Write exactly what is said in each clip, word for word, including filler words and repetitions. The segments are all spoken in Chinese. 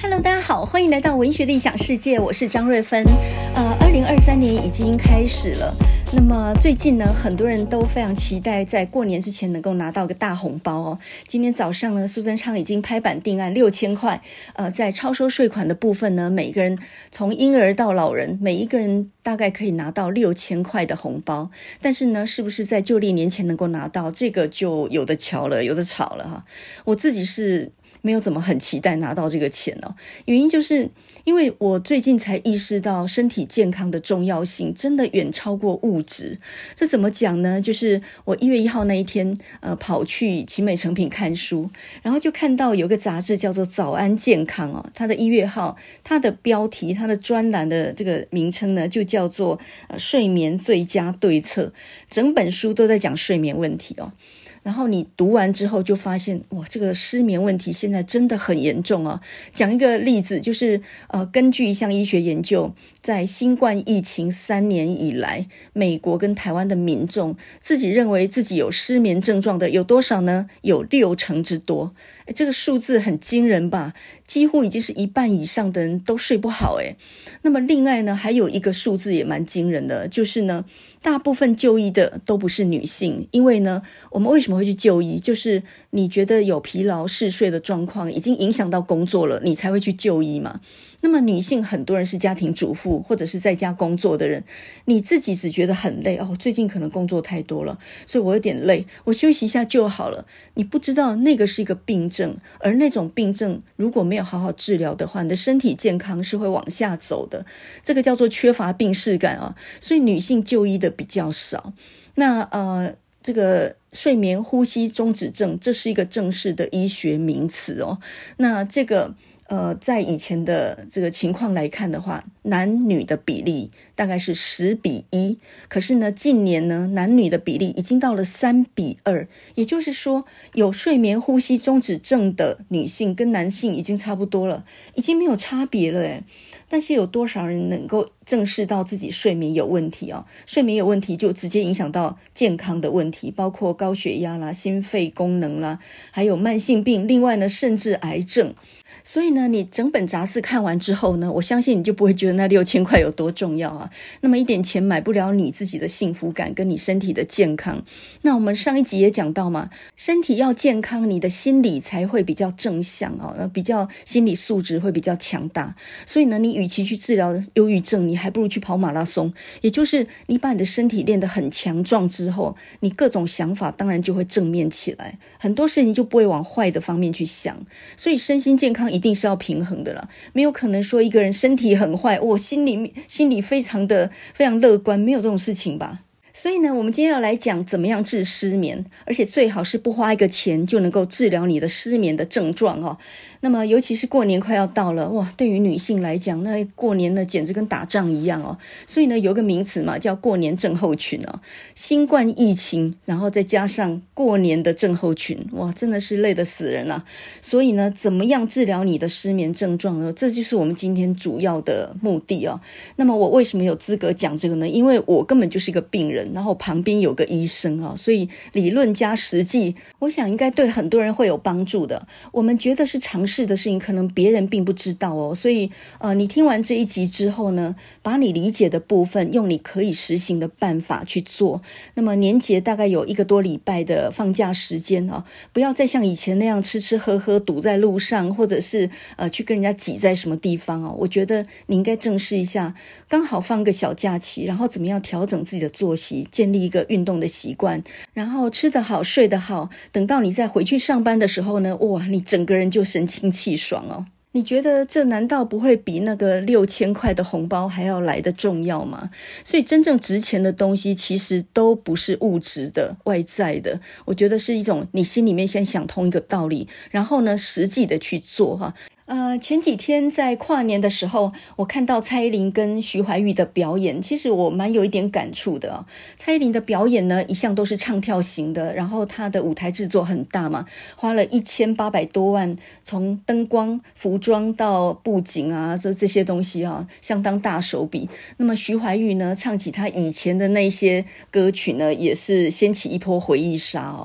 Hello， 大家好，欢迎来到文学的异想世界，我是张瑞芬。呃，二零二三年已经开始了，那么最近呢，很多人都非常期待在过年之前能够拿到个大红包哦。今天早上呢，苏贞昌已经拍板定案六千块，呃，在超收税款的部分呢，每个人从婴儿到老人，每一个人大概可以拿到六千块的红包。但是呢，是不是在旧历年前能够拿到，这个就有的瞧了，有的吵了哈。我自己是没有怎么很期待拿到这个钱哦，原因就是因为我最近才意识到身体健康的重要性真的远超过物质。这怎么讲呢？就是我一月一号那一天呃，跑去奇美诚品看书，然后就看到有个杂志叫做早安健康哦，它的一月号，它的标题，它的专栏的这个名称呢就叫做、呃、睡眠最佳对策，整本书都在讲睡眠问题哦。然后你读完之后就发现，哇，这个失眠问题现在真的很严重啊。讲一个例子，就是呃，根据一项医学研究，在新冠疫情三年以来，美国跟台湾的民众自己认为自己有失眠症状的有多少呢？有六成之多。诶，这个数字很惊人吧？几乎已经是一半以上的人都睡不好诶。那么另外呢，还有一个数字也蛮惊人的，就是呢，大部分就医的都不是女性。因为呢，我们为什么会去就医？就是你觉得有疲劳嗜睡的状况已经影响到工作了，你才会去就医嘛。那么女性很多人是家庭主妇或者是在家工作的人，你自己只觉得很累哦，最近可能工作太多了，所以我有点累，我休息一下就好了。你不知道那个是一个病症，而那种病症如果没有好好治疗的话，你的身体健康是会往下走的，这个叫做缺乏病识感啊。所以女性就医的比较少。那呃，这个睡眠呼吸中止症，这是一个正式的医学名词哦。那这个呃，在以前的这个情况来看的话，男女的比例大概是十比一，可是呢，近年呢，男女的比例已经到了三比二，也就是说，有睡眠呼吸中止症的女性跟男性已经差不多了，已经没有差别了诶。但是有多少人能够正视到自己睡眠有问题哦？睡眠有问题就直接影响到健康的问题，包括高血压啦、心肺功能啦，还有慢性病，另外呢，甚至癌症。所以呢，你整本杂志看完之后呢，我相信你就不会觉得那六千块有多重要啊。那么一点钱买不了你自己的幸福感跟你身体的健康。那我们上一集也讲到嘛，身体要健康，你的心理才会比较正向哦，比较心理素质会比较强大。所以呢，你与其去治疗忧郁症，你还不如去跑马拉松。也就是你把你的身体练得很强壮之后，你各种想法当然就会正面起来，很多事情就不会往坏的方面去想。所以身心健康一定是要平衡的啦，没有可能说一个人身体很坏，我、哦、心里心里非常的非常乐观，没有这种事情吧。所以呢，我们今天要来讲怎么样治失眠，而且最好是不花一个钱就能够治疗你的失眠的症状哦。那么尤其是过年快要到了，哇，对于女性来讲，那过年呢简直跟打仗一样哦。所以呢，有个名词嘛，叫过年症候群哦。新冠疫情，然后再加上过年的症候群，哇，真的是累得死人啊。所以呢，怎么样治疗你的失眠症状呢？这就是我们今天主要的目的哦。那么我为什么有资格讲这个呢？因为我根本就是一个病人，然后旁边有个医生啊，所以理论加实际，我想应该对很多人会有帮助的。我们觉得是常识的事情，可能别人并不知道哦。所以呃，你听完这一集之后呢，把你理解的部分用你可以实行的办法去做。那么年节大概有一个多礼拜的放假时间啊，不要再像以前那样吃吃喝喝堵在路上，或者是呃去跟人家挤在什么地方哦。我觉得你应该正视一下，刚好放个小假期，然后怎么样调整自己的作息，建立一个运动的习惯，然后吃得好睡得好，等到你再回去上班的时候呢，哇，你整个人就神清气爽哦。你觉得这难道不会比那个六千块的红包还要来得重要吗？所以真正值钱的东西其实都不是物质的外在的，我觉得是一种你心里面先想通一个道理，然后呢实际的去做哈。呃，前几天在跨年的时候，我看到蔡依林跟徐怀钰的表演，其实我蛮有一点感触的哦。蔡依林的表演呢，一向都是唱跳型的，然后她的舞台制作很大嘛，花了一千八百多万，从灯光、服装到布景啊，这这些东西啊，相当大手笔。那么徐怀钰呢，唱起她以前的那些歌曲呢，也是掀起一波回忆杀哦。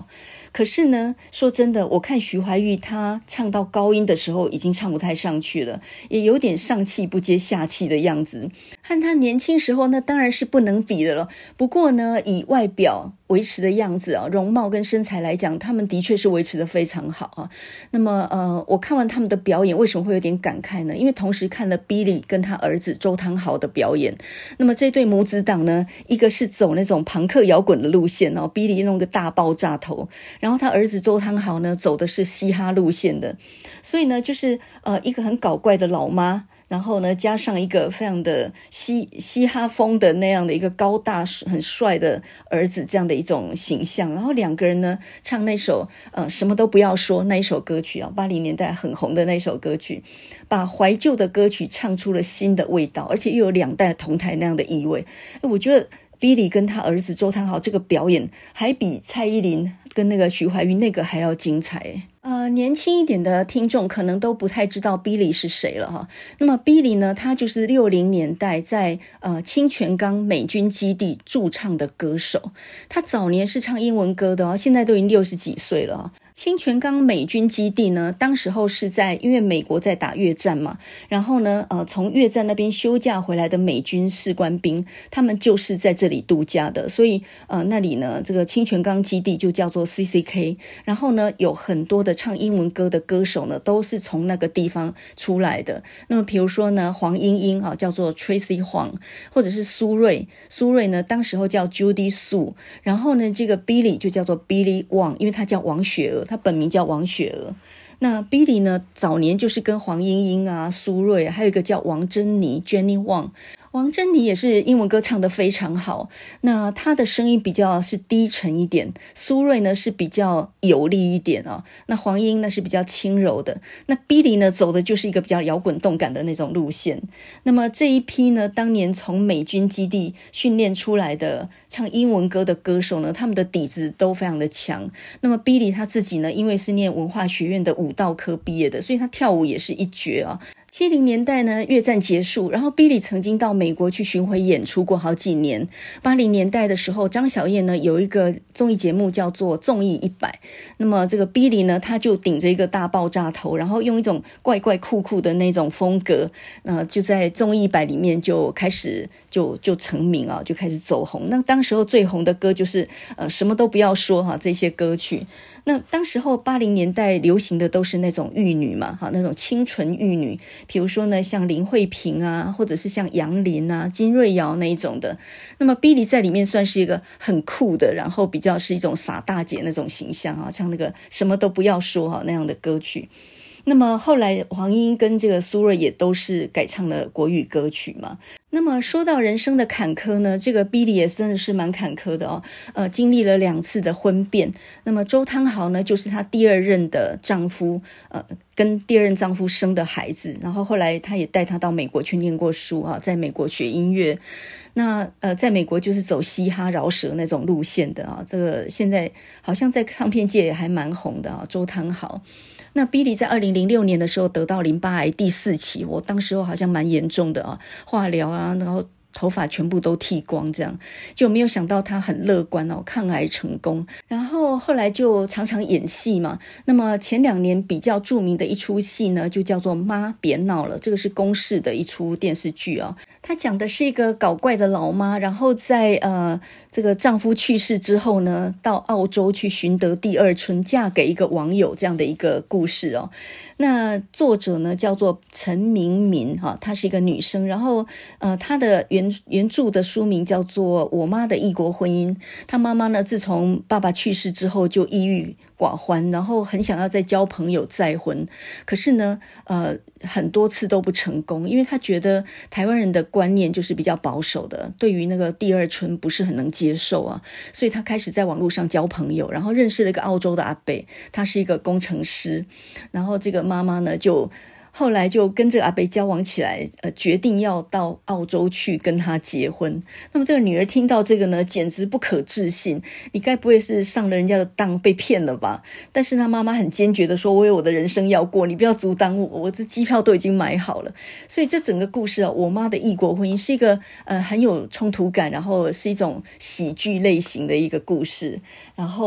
可是呢，说真的，我看徐怀钰她唱到高音的时候已经唱不太上去了，也有点上气不接下气的样子，和她年轻时候那当然是不能比的了。不过呢，以外表维持的样子啊，容貌跟身材来讲，他们的确是维持得非常好啊。那么呃，我看完他们的表演，为什么会有点感慨呢？因为同时看了 Billy 跟他儿子周汤豪的表演。那么这对母子档呢，一个是走那种朋克摇滚的路线哦 ，Billy 弄个大爆炸头，然后他儿子周汤豪呢走的是嘻哈路线的，所以呢，就是呃一个很搞怪的老妈。然后呢，加上一个非常的嘻嘻哈风的那样的一个高大很帅的儿子，这样的一种形象。然后两个人呢，唱那首呃什么都不要说那一首歌曲啊，八零年代很红的那首歌曲，把怀旧的歌曲唱出了新的味道，而且又有两代同台那样的意味。我觉得 Billy 跟他儿子周汤豪这个表演，还比蔡依林跟那个徐怀钰那个还要精彩。呃，年轻一点的听众可能都不太知道 Billy 是谁了哈。那么 Billy 呢，他就是六零年代在呃清泉岗美军基地驻唱的歌手。他早年是唱英文歌的哦，现在都已经六十几岁了哦。清泉岗美军基地呢，当时候是在因为美国在打越战嘛，然后呢，呃，从越战那边休假回来的美军士官兵，他们就是在这里度假的，所以呃，那里呢，这个清泉岗基地就叫做 C C K， 然后呢，有很多的唱英文歌的歌手呢，都是从那个地方出来的。那么比如说呢，黄莺莺啊，叫做 Tracy Huang， 或者是苏芮，苏芮呢，当时候叫 Judy Su， 然后呢，这个 Billy 就叫做 Billy Wang， 因为他叫王雪娥。他本名叫王雪娥。那 Billy 呢，早年就是跟黄莺莺啊、苏芮，还有一个叫王珍妮 Jenny Wang。王珍妮也是英文歌唱得非常好，那她的声音比较是低沉一点，苏芮呢是比较有力一点啊、哦，那黄莺呢是比较轻柔的，那 Billy 呢走的就是一个比较摇滚动感的那种路线。那么这一批呢，当年从美军基地训练出来的唱英文歌的歌手呢，他们的底子都非常的强。那么 Billy 他自己呢，因为是念文化学院的舞蹈科毕业的，所以他跳舞也是一绝啊。七零年代呢，越战结束，然后 Billy 曾经到美国去巡回演出过好几年。八零年代的时候，张小燕呢有一个综艺节目叫做《综艺一百》，那么这个 Billy 呢，他就顶着一个大爆炸头，然后用一种怪怪酷酷的那种风格，呃，就在《综艺一百》里面就开始就就成名啊，就开始走红。那当时候最红的歌就是呃什么都不要说哈、啊、这些歌曲。那当时候八零年代流行的都是那种玉女嘛，哈，那种清纯玉女，比如说呢，像林慧萍啊，或者是像杨林啊、金瑞瑶那一种的。那么 Billy 在里面算是一个很酷的，然后比较是一种傻大姐那种形象啊，唱那个什么都不要说哈那样的歌曲。那么后来黄莺跟这个苏芮也都是改唱了国语歌曲嘛。那么说到人生的坎坷呢，这个 Billy 也真的是蛮坎坷的哦，呃，经历了两次的婚变。那么周汤豪呢，就是她第二任的丈夫，呃，跟第二任丈夫生的孩子。然后后来他也带她到美国去念过书啊，在美国学音乐。那呃，在美国就是走嘻哈饶舌那种路线的啊，这个现在好像在唱片界也还蛮红的啊，周汤豪。那 Billy 在二零零六年的时候得到淋巴癌第四期，我当时候好像蛮严重的啊，化疗啊，然后头发全部都剃光，这样就没有想到他很乐观哦，抗癌成功。然后后来就常常演戏嘛。那么前两年比较著名的一出戏呢，就叫做《妈别闹了》，这个是公视的一出电视剧啊、哦。它讲的是一个搞怪的老妈，然后在呃这个丈夫去世之后呢，到澳洲去寻得第二春，嫁给一个网友这样的一个故事哦。那作者呢叫做陈明敏哈，她是一个女生，然后呃她的原原著的书名叫做《我妈的异国婚姻》。她妈妈呢自从爸爸去世之后就抑郁寡欢，然后很想要再交朋友再婚，可是呢呃很多次都不成功，因为她觉得台湾人的观念就是比较保守的，对于那个第二春不是很能接受啊，所以她开始在网络上交朋友，然后认识了一个澳洲的阿伯，他是一个工程师，然后这个妈妈呢就后来就跟这个阿伯交往起来，呃，决定要到澳洲去跟他结婚。那么这个女儿听到这个呢，简直不可置信，你该不会是上了人家的当被骗了吧？但是她妈妈很坚决的说，我有我的人生要过，你不要阻挡我，我这机票都已经买好了。所以这整个故事啊，我妈的异国婚姻是一个呃很有冲突感，然后是一种喜剧类型的一个故事。然后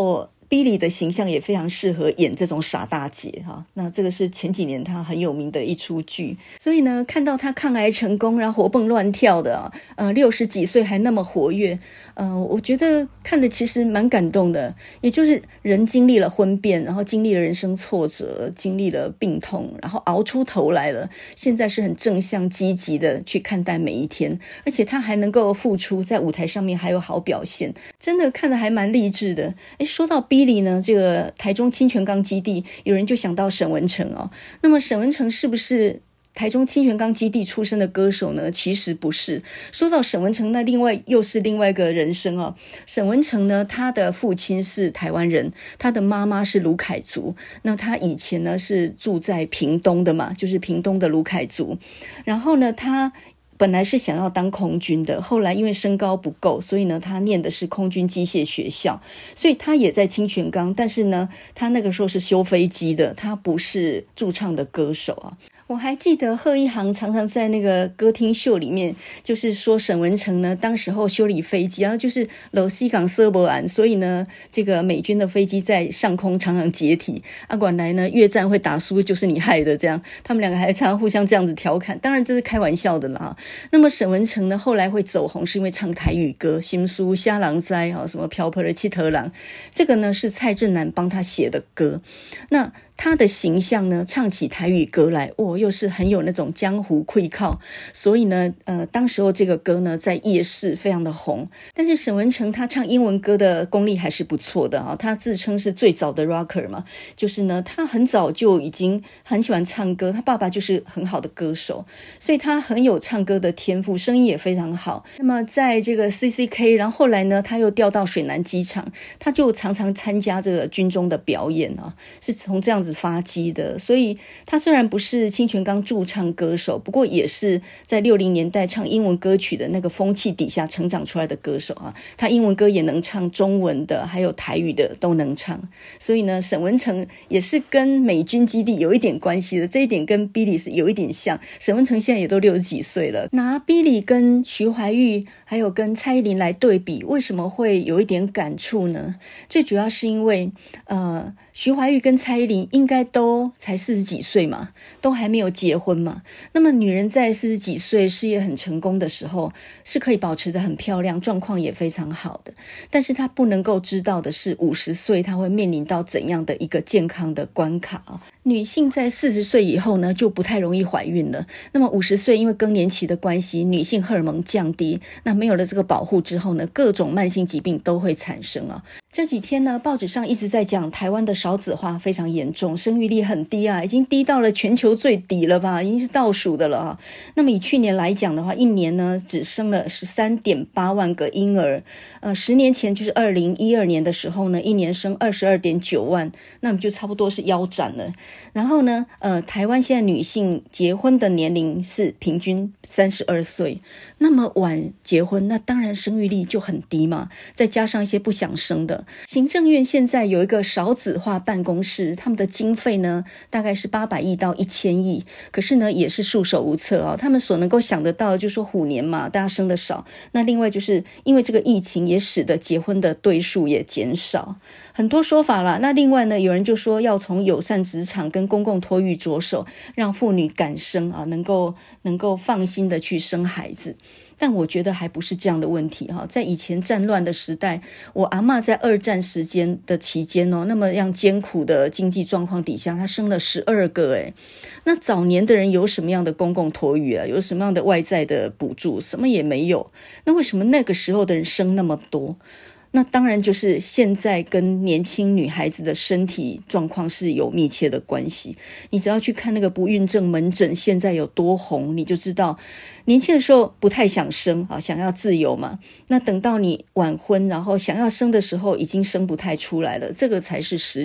Billie 的形象也非常适合演这种傻大姐哈，那这个是前几年她很有名的一出剧，所以呢，看到她抗癌成功，然后活蹦乱跳的，呃，六十几岁还那么活跃，呃，我觉得看的其实蛮感动的。也就是人经历了婚变，然后经历了人生挫折，经历了病痛，然后熬出头来了，现在是很正向积极的去看待每一天，而且她还能够付出，在舞台上面还有好表现，真的看得还蛮励志的。诶，说到 Billie 呢，这个台中清泉岗基地，有人就想到沈文程哦。那么沈文程是不是台中清泉岗基地出身的歌手呢？其实不是。说到沈文程，那另外又是另外一个人生哦。沈文程呢，他的父亲是台湾人，他的妈妈是鲁凯族。那他以前呢是住在屏东的嘛，就是屏东的鲁凯族。然后呢，他本来是想要当空军的，后来因为身高不够，所以呢他念的是空军机械学校，所以他也在清泉岗，但是呢他那个时候是修飞机的，他不是驻唱的歌手啊。我还记得贺一航常常在那个歌厅秀里面就是说沈文程呢当时候修理飞机，然后就是老西港瑟伯案，所以呢这个美军的飞机在上空常常解体啊，管来呢越战会打输就是你害的，这样他们两个还常常互相这样子调侃，当然这是开玩笑的啦。那么沈文程呢后来会走红是因为唱台语歌，心书虾郎哉什么飘泊的七头狼，这个呢是蔡振南帮他写的歌。那他的形象呢唱起台语歌来，哦，又是很有那种江湖愧靠，所以呢呃，当时候这个歌呢在夜市非常的红。但是沈文程他唱英文歌的功力还是不错的啊，他自称是最早的 rocker 嘛，就是呢他很早就已经很喜欢唱歌，他爸爸就是很好的歌手，所以他很有唱歌的天赋，声音也非常好。那么在这个 C C K， 然后后来呢他又调到水南机场，他就常常参加这个军中的表演啊，是从这样子发迹的。所以他虽然不是清泉岗驻唱歌手，不过也是在六零年代唱英文歌曲的那个风气底下成长出来的歌手啊。他英文歌也能唱，中文的还有台语的都能唱。所以呢沈文程也是跟美军基地有一点关系的，这一点跟 Billie 是有一点像。沈文程现在也都六十几岁了，拿 Billie 跟徐怀钰还有跟蔡依林来对比，为什么会有一点感触呢？最主要是因为呃，徐怀钰跟蔡依林应该都才四十几岁嘛，都还没有结婚嘛。那么女人在四十几岁事业很成功的时候，是可以保持得很漂亮，状况也非常好的。但是她不能够知道的是，五十岁她会面临到怎样的一个健康的关卡啊。女性在四十岁以后呢，就不太容易怀孕了。那么五十岁因为更年期的关系，女性荷尔蒙降低，那没有了这个保护之后呢，各种慢性疾病都会产生啊。这几天呢，报纸上一直在讲台湾的少子化非常严重，生育率很低啊，已经低到了全球最低了吧，已经是倒数的了啊。那么以去年来讲的话，一年呢只生了 十三点八万个婴儿，呃，十年前就是二零一二年的时候呢，一年生 二十二点九万，那么就差不多是腰斩了。然后呢，呃，台湾现在女性结婚的年龄是平均三十二岁，那么晚结婚，那当然生育率就很低嘛，再加上一些不想生的。行政院现在有一个少子化办公室，他们的经费呢大概是八百亿到一千亿，可是呢也是束手无策啊。他们所能够想得到的就是说虎年嘛，大家生得少，那另外就是因为这个疫情也使得结婚的对数也减少，很多说法啦。那另外呢，有人就说要从友善职场跟公共托育着手，让妇女敢生啊，能够能够放心的去生孩子。但我觉得还不是这样的问题哈。在以前战乱的时代，我阿嬷在二战时间的期间哦，那么样艰苦的经济状况底下，她生了十二个诶。那早年的人有什么样的公共托育啊？有什么样的外在的补助？什么也没有。那为什么那个时候的人生那么多？那当然就是现在跟年轻女孩子的身体状况是有密切的关系。你只要去看那个不孕症门诊现在有多红，你就知道年轻的时候不太想生啊，想要自由嘛。那等到你晚婚，然后想要生的时候已经生不太出来了，这个才是实情。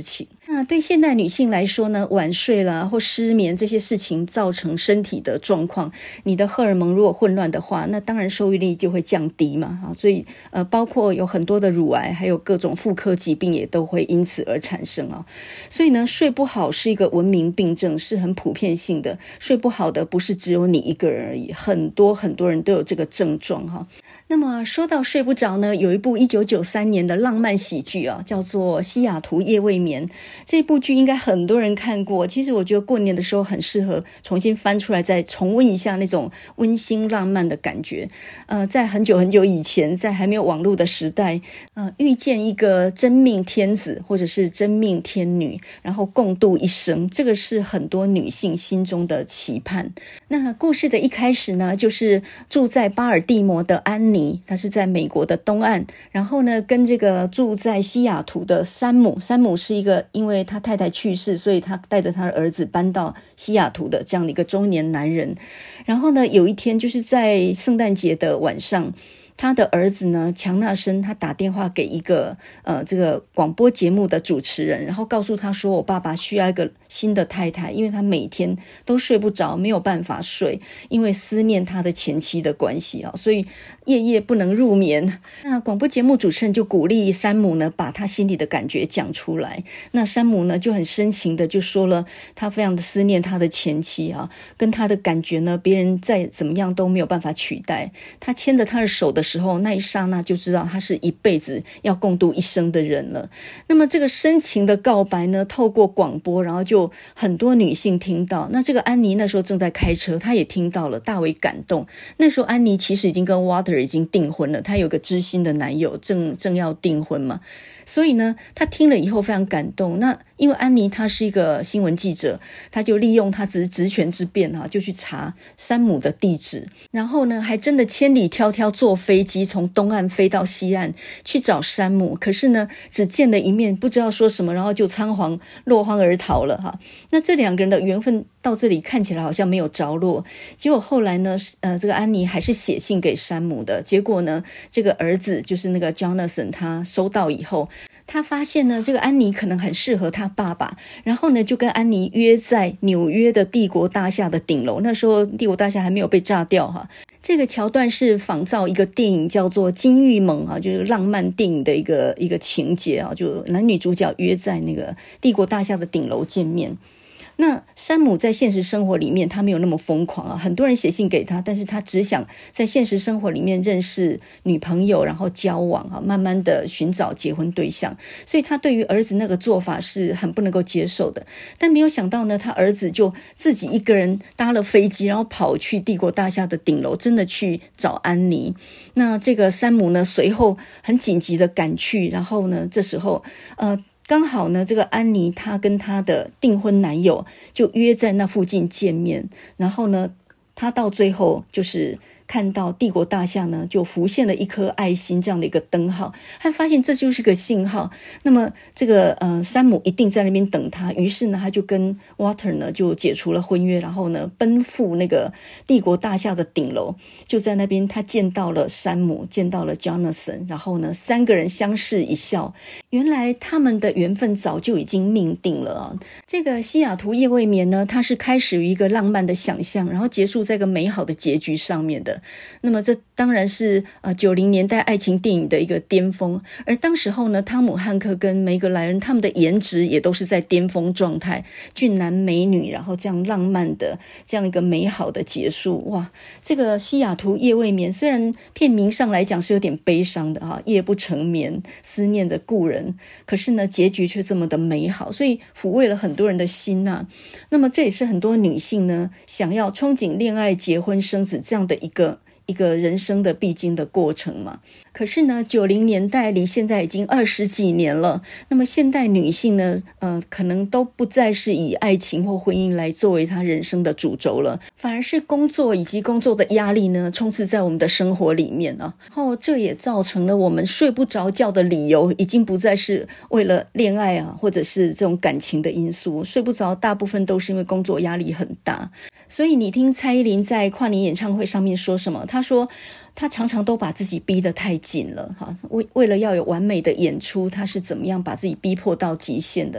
那对现代女性来说呢，晚睡啦或失眠这些事情造成身体的状况，你的荷尔蒙如果混乱的话，那当然收益率就会降低嘛。所以呃，包括有很多的乳癌还有各种妇科疾病也都会因此而产生啊。所以呢，睡不好是一个文明病症，是很普遍性的。睡不好的不是只有你一个人而已，很多很多人都有这个症状哈。那么说到睡不着呢，有一部一九九三年的浪漫喜剧啊，叫做《西雅图夜未眠》。这部剧应该很多人看过，其实我觉得过年的时候很适合重新翻出来再重温一下那种温馨浪漫的感觉。呃，在很久很久以前，在还没有网络的时代，呃，遇见一个真命天子或者是真命天女，然后共度一生，这个是很多女性心中的期盼。那故事的一开始呢，就是住在巴尔的摩的安妮，她是在美国的东岸，然后呢跟这个住在西雅图的山姆，山姆是一个因为他太太去世，所以他带着他的儿子搬到西雅图的这样的一个中年男人。然后呢有一天就是在圣诞节的晚上，他的儿子呢，强纳森，他打电话给一个呃这个广播节目的主持人，然后告诉他说，我爸爸需要一个新的太太，因为他每天都睡不着，没有办法睡，因为思念他的前妻的关系啊，所以夜夜不能入眠。那广播节目主持人就鼓励山姆呢，把他心里的感觉讲出来。那山姆呢就很深情的就说了，他非常的思念他的前妻啊，跟他的感觉呢，别人再怎么样都没有办法取代。他牵着他的手的时候，那一刹那就知道他是一辈子要共度一生的人了。那么这个深情的告白呢，透过广播，然后就很多女性听到。那这个安妮那时候正在开车，她也听到了，大为感动。那时候安妮其实已经跟 Water 已经订婚了，她有个知心的男友，正正要订婚嘛。所以呢，她听了以后非常感动。那因为安妮她是一个新闻记者，她就利用她职职权之便哈，就去查山姆的地址，然后呢，还真的千里迢迢坐飞机从东岸飞到西岸去找山姆。可是呢，只见了一面，不知道说什么，然后就仓皇落荒而逃了哈。那这两个人的缘分到这里看起来好像没有着落，结果后来呢，呃，这个安妮还是写信给山姆的。结果呢，这个儿子就是那个 Jonathan， 他收到以后，他发现呢，这个安妮可能很适合他爸爸，然后呢，就跟安妮约在纽约的帝国大厦的顶楼。那时候帝国大厦还没有被炸掉哈。这个桥段是仿造一个电影叫做《金玉盟》啊，就是浪漫电影的一个一个情节啊，就男女主角约在那个帝国大厦的顶楼见面。那山姆在现实生活里面他没有那么疯狂啊，很多人写信给他，但是他只想在现实生活里面认识女朋友，然后交往啊，慢慢的寻找结婚对象，所以他对于儿子那个做法是很不能够接受的。但没有想到呢，他儿子就自己一个人搭了飞机，然后跑去帝国大厦的顶楼，真的去找安妮。那这个山姆呢，随后很紧急的赶去，然后呢，这时候呃刚好呢，这个安妮她跟她的订婚男友就约在那附近见面，然后呢，她到最后就是看到帝国大厦呢就浮现了一颗爱心这样的一个灯号，他发现这就是个信号。那么这个呃山姆一定在那边等他，于是呢他就跟 Water 呢就解除了婚约，然后呢奔赴那个帝国大厦的顶楼，就在那边他见到了山姆，见到了 Jonathan， 然后呢三个人相视一笑，原来他们的缘分早就已经命定了啊。这个西雅图夜未眠呢，它是开始于一个浪漫的想象，然后结束在一个美好的结局上面的。那么这当然是呃九零年代爱情电影的一个巅峰，而当时候呢，汤姆汉克跟梅格莱恩他们的颜值也都是在巅峰状态，俊男美女，然后这样浪漫的这样一个美好的结束。哇，这个西雅图夜未眠虽然片名上来讲是有点悲伤的哈，夜不成眠，思念着故人，可是呢结局却这么的美好，所以抚慰了很多人的心啊。那么这也是很多女性呢想要憧憬恋爱、结婚、生子这样的一个一个人生的必经的过程嘛。可是呢九零年代离现在已经二十几年了，那么现代女性呢呃，可能都不再是以爱情或婚姻来作为她人生的主轴了，反而是工作以及工作的压力呢充斥在我们的生活里面啊。然后这也造成了我们睡不着觉的理由已经不再是为了恋爱啊，或者是这种感情的因素，睡不着大部分都是因为工作压力很大。所以你听蔡依林在跨年演唱会上面说什么，她说她常常都把自己逼得太紧了哈，为为了要有完美的演出，她是怎么样把自己逼迫到极限的。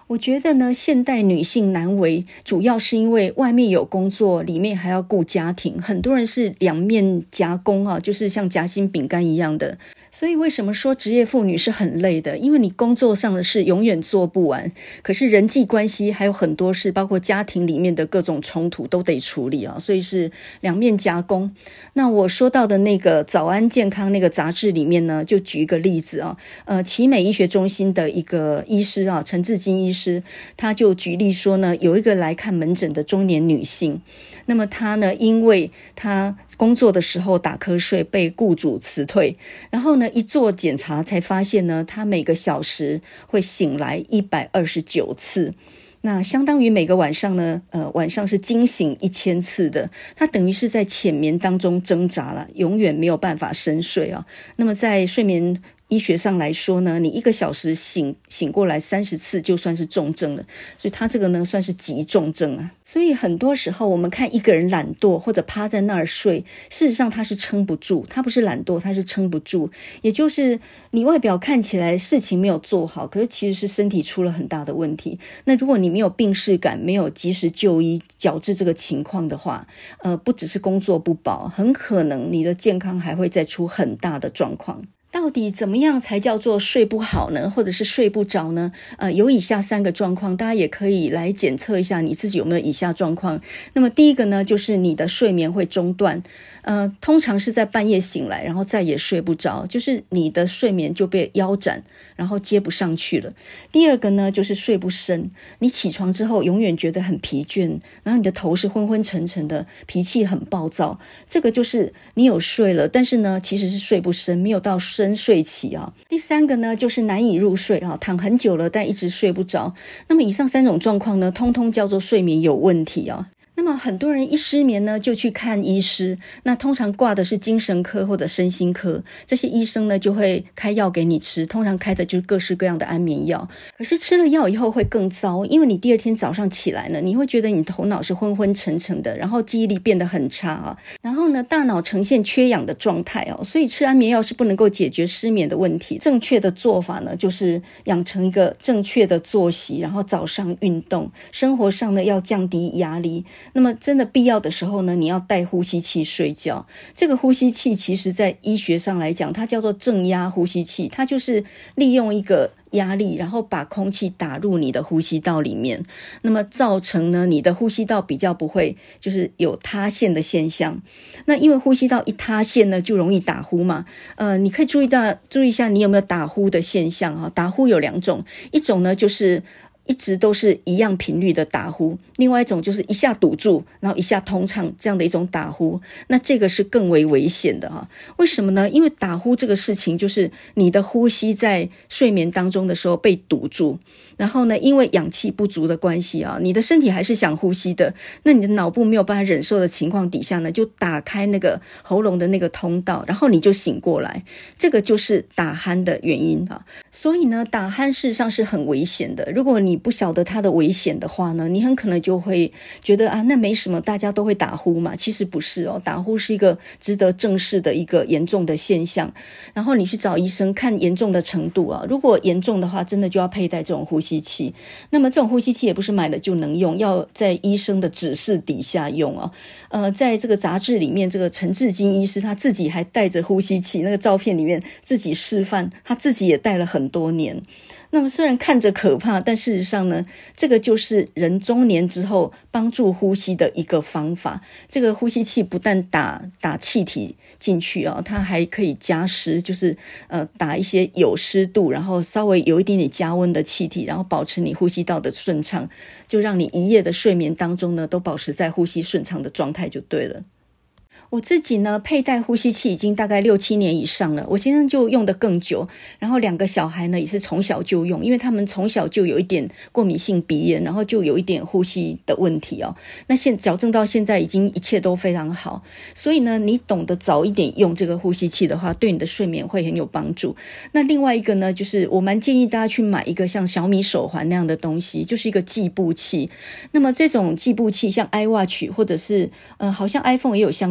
我觉得呢，现代女性难为，主要是因为外面有工作，里面还要顾家庭，很多人是两面夹攻啊，就是像夹心饼干一样的。所以为什么说职业妇女是很累的？因为你工作上的事永远做不完，可是人际关系还有很多事，包括家庭里面的各种冲突都得处理啊，所以是两面夹攻。那我说到的那个早安健康那个杂志里面呢，就举一个例子啊，呃，奇美医学中心的一个医师啊，陈志金医师，他就举例说呢，有一个来看门诊的中年女性，那么她呢，因为她工作的时候打瞌睡被雇主辞退，然后呢一做检查才发现呢，她每个小时会醒来一百二十九次，那相当于每个晚上呢，呃，晚上是惊醒一千次的，她等于是在浅眠当中挣扎了，永远没有办法深睡啊。那么在睡眠医学上来说呢，你一个小时醒醒过来三十次就算是重症了，所以他这个呢算是极重症啊。所以很多时候我们看一个人懒惰或者趴在那儿睡，事实上他是撑不住，他不是懒惰，他是撑不住。也就是你外表看起来事情没有做好，可是其实是身体出了很大的问题。那如果你没有病识感，没有及时就医矫治这个情况的话，呃，不只是工作不保，很可能你的健康还会再出很大的状况。到底怎么样才叫做睡不好呢？或者是睡不着呢？呃，有以下三个状况，大家也可以来检测一下你自己有没有以下状况。那么第一个呢，就是你的睡眠会中断，呃，通常是在半夜醒来，然后再也睡不着，就是你的睡眠就被腰斩，然后接不上去了。第二个呢，就是睡不深，你起床之后永远觉得很疲倦，然后你的头是昏昏沉沉的，脾气很暴躁，这个就是你有睡了，但是呢，其实是睡不深，没有到深睡期啊。第三个呢，就是难以入睡啊，躺很久了，但一直睡不着。那么以上三种状况呢，通通叫做睡眠有问题啊。那么很多人一失眠呢，就去看医师，那通常挂的是精神科或者身心科，这些医生呢就会开药给你吃，通常开的就是各式各样的安眠药。可是吃了药以后会更糟，因为你第二天早上起来呢，你会觉得你头脑是昏昏沉沉的，然后记忆力变得很差啊，然后呢大脑呈现缺氧的状态哦，所以吃安眠药是不能够解决失眠的问题。正确的做法呢，就是养成一个正确的作息，然后早上运动，生活上呢要降低压力。那么真的必要的时候呢，你要带呼吸器睡觉。这个呼吸器其实在医学上来讲，它叫做正压呼吸器，它就是利用一个压力，然后把空气打入你的呼吸道里面，那么造成呢你的呼吸道比较不会就是有塌陷的现象。那因为呼吸道一塌陷呢，就容易打呼嘛。呃，你可以注意到注意一下你有没有打呼的现象啊？打呼有两种，一种呢就是一直都是一样频率的打呼，另外一种就是一下堵住，然后一下通畅，这样的一种打呼，那这个是更为危险的哈。为什么呢？因为打呼这个事情就是你的呼吸在睡眠当中的时候被堵住，然后呢因为氧气不足的关系啊，你的身体还是想呼吸的，那你的脑部没有办法忍受的情况底下呢，就打开那个喉咙的那个通道，然后你就醒过来，这个就是打鼾的原因啊。所以呢打鼾事实上是很危险的，如果你不晓得它的危险的话呢，你很可能就会觉得啊，那没什么，大家都会打呼嘛。其实不是哦，打呼是一个值得正视的一个严重的现象。然后你去找医生看严重的程度啊，如果严重的话，真的就要佩戴这种呼吸器。那么这种呼吸器也不是买了就能用，要在医生的指示底下用啊。呃，在这个杂志里面，这个陈志金医师他自己还带着呼吸器，那个照片里面自己示范，他自己也戴了很多年。那么虽然看着可怕，但事实上呢，这个就是人中年之后帮助呼吸的一个方法。这个呼吸器不但打打气体进去啊，它还可以加湿，就是呃打一些有湿度，然后稍微有一点点加温的气体，然后保持你呼吸道的顺畅，就让你一夜的睡眠当中呢都保持在呼吸顺畅的状态就对了。我自己呢佩戴呼吸器已经大概六七年以上了，我先生就用得更久，然后两个小孩呢也是从小就用，因为他们从小就有一点过敏性鼻炎，然后就有一点呼吸的问题哦。那现矫正到现在已经一切都非常好，所以呢你懂得早一点用这个呼吸器的话，对你的睡眠会很有帮助。那另外一个呢，就是我蛮建议大家去买一个像小米手环那样的东西，就是一个计步器。那么这种计步器像 iWatch 或者是呃好像 iPhone 也有相关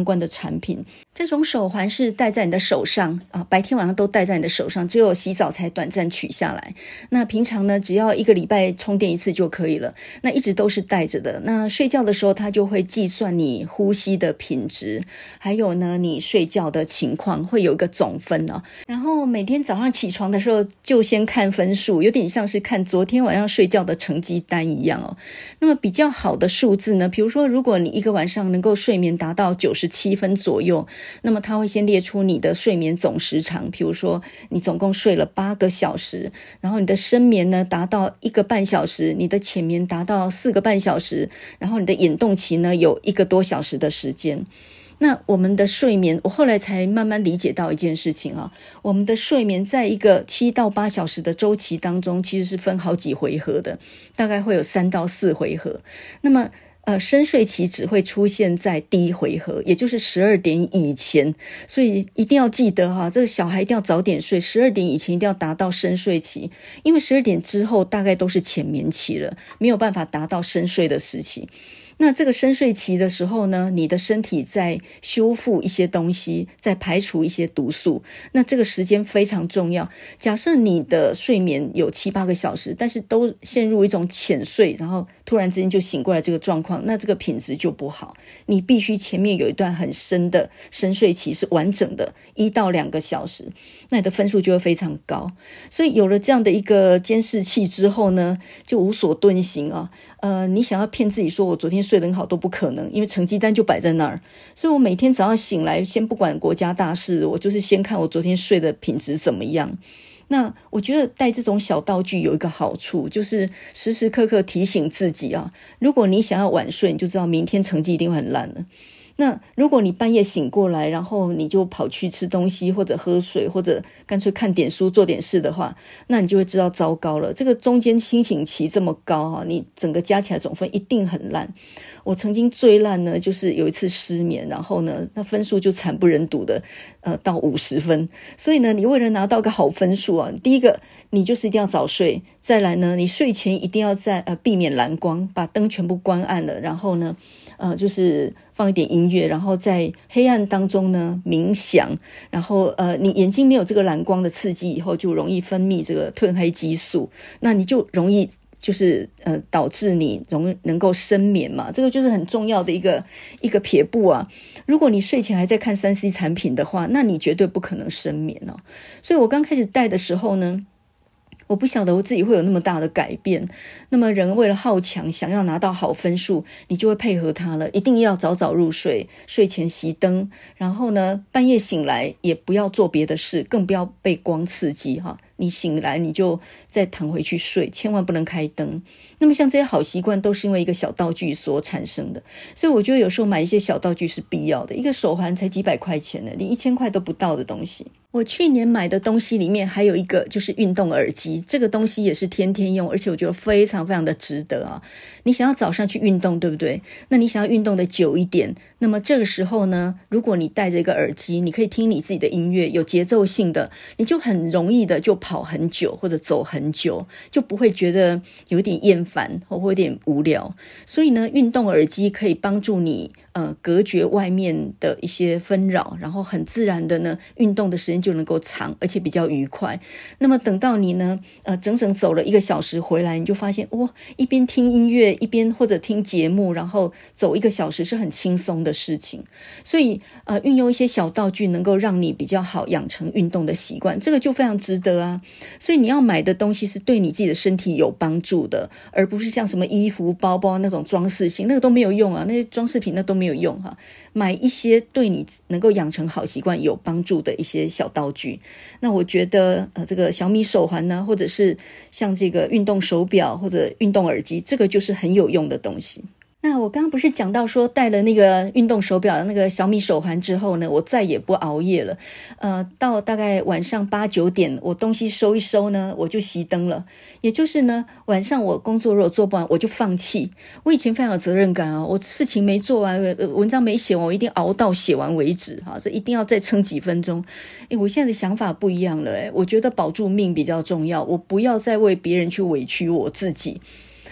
关的产品。这种手环是戴在你的手上啊，白天晚上都戴在你的手上，只有洗澡才短暂取下来。那平常呢，只要一个礼拜充电一次就可以了。那一直都是戴着的。那睡觉的时候，它就会计算你呼吸的品质，还有呢，你睡觉的情况会有一个总分啊。然后每天早上起床的时候，就先看分数，有点像是看昨天晚上睡觉的成绩单一样哦。那么比较好的数字呢，比如说，如果你一个晚上能够睡眠达到九十七分左右，那么它会先列出你的睡眠总时长，比如说你总共睡了八个小时，然后你的深眠呢达到一个半小时，你的浅眠达到四个半小时，然后你的眼动期呢有一个多小时的时间。那我们的睡眠，我后来才慢慢理解到一件事情啊，我们的睡眠在一个七到八小时的周期当中，其实是分好几回合的，大概会有三到四回合。那么呃，深睡期只会出现在第一回合，也就是十二点以前，所以一定要记得哈，这个小孩一定要早点睡，十二点以前一定要达到深睡期，因为十二点之后大概都是浅眠期了，没有办法达到深睡的时期。那这个深睡期的时候呢，你的身体在修复一些东西，在排除一些毒素，那这个时间非常重要。假设你的睡眠有七八个小时，但是都陷入一种浅睡，然后突然之间就醒过来这个状况，那这个品质就不好。你必须前面有一段很深的深睡期是完整的，一到两个小时，那你的分数就会非常高。所以有了这样的一个监视器之后呢，就无所遁形啊。呃，你想要骗自己说我昨天睡得很好都不可能，因为成绩单就摆在那儿。所以我每天早上醒来，先不管国家大事，我就是先看我昨天睡的品质怎么样。那我觉得带这种小道具有一个好处，就是时时刻刻提醒自己啊，如果你想要晚睡，你就知道明天成绩一定会很烂了。那如果你半夜醒过来，然后你就跑去吃东西或者喝水，或者干脆看点书做点事的话，那你就会知道糟糕了。这个中间清醒期这么高啊，你整个加起来总分一定很烂。我曾经最烂呢，就是有一次失眠，然后呢，那分数就惨不忍睹的，呃，到五十分。所以呢，你为了拿到个好分数啊，第一个你就是一定要早睡，再来呢，你睡前一定要在呃避免蓝光，把灯全部关暗了，然后呢，呃，就是放一点音乐，然后在黑暗当中呢冥想，然后呃，你眼睛没有这个蓝光的刺激以后，就容易分泌这个褪黑激素，那你就容易就是呃导致你容能够深眠嘛，这个就是很重要的一个一个撇步啊。如果你睡前还在看 三 C 产品的话，那你绝对不可能深眠哦。所以我刚开始戴的时候呢，我不晓得我自己会有那么大的改变。那么人为了好强，想要拿到好分数，你就会配合他了，一定要早早入睡，睡前熄灯，然后呢半夜醒来也不要做别的事，更不要被光刺激哈。你醒来你就再躺回去睡，千万不能开灯。那么像这些好习惯都是因为一个小道具所产生的，所以我觉得有时候买一些小道具是必要的。一个手环才几百块钱呢，连一千块都不到的东西。我去年买的东西里面还有一个就是运动耳机，这个东西也是天天用，而且我觉得非常非常的值得啊。你想要早上去运动对不对？那你想要运动的久一点，那么这个时候呢，如果你戴着一个耳机，你可以听你自己的音乐，有节奏性的，你就很容易的就跑很久或者走很久，就不会觉得有一点厌烦或有点无聊。所以呢，运动耳机可以帮助你呃隔绝外面的一些纷扰，然后很自然的呢，运动的时间就能够长，而且比较愉快。那么等到你呢呃整整走了一个小时回来，你就发现哇，一边听音乐一边或者听节目，然后走一个小时是很轻松的事情。所以呃运用一些小道具能够让你比较好养成运动的习惯，这个就非常值得啊。所以你要买的东西是对你自己的身体有帮助的，而不是像什么衣服包包那种装饰性，那个都没有用啊，那些装饰品那都没有用哈、啊。买一些对你能够养成好习惯有帮助的一些小道具。那我觉得呃这个小米手环呢，或者是像这个运动手表或者运动耳机，这个就是很有用的东西。那我刚刚不是讲到说戴了那个运动手表那个小米手环之后呢，我再也不熬夜了。呃，到大概晚上八九点，我东西收一收呢，我就熄灯了。也就是呢，晚上我工作如果做不完，我就放弃。我以前非常有责任感啊，我事情没做完，呃、文章没写完，我一定熬到写完为止哈，这一定要再撑几分钟。诶，我现在的想法不一样了，诶，我觉得保住命比较重要，我不要再为别人去委屈我自己。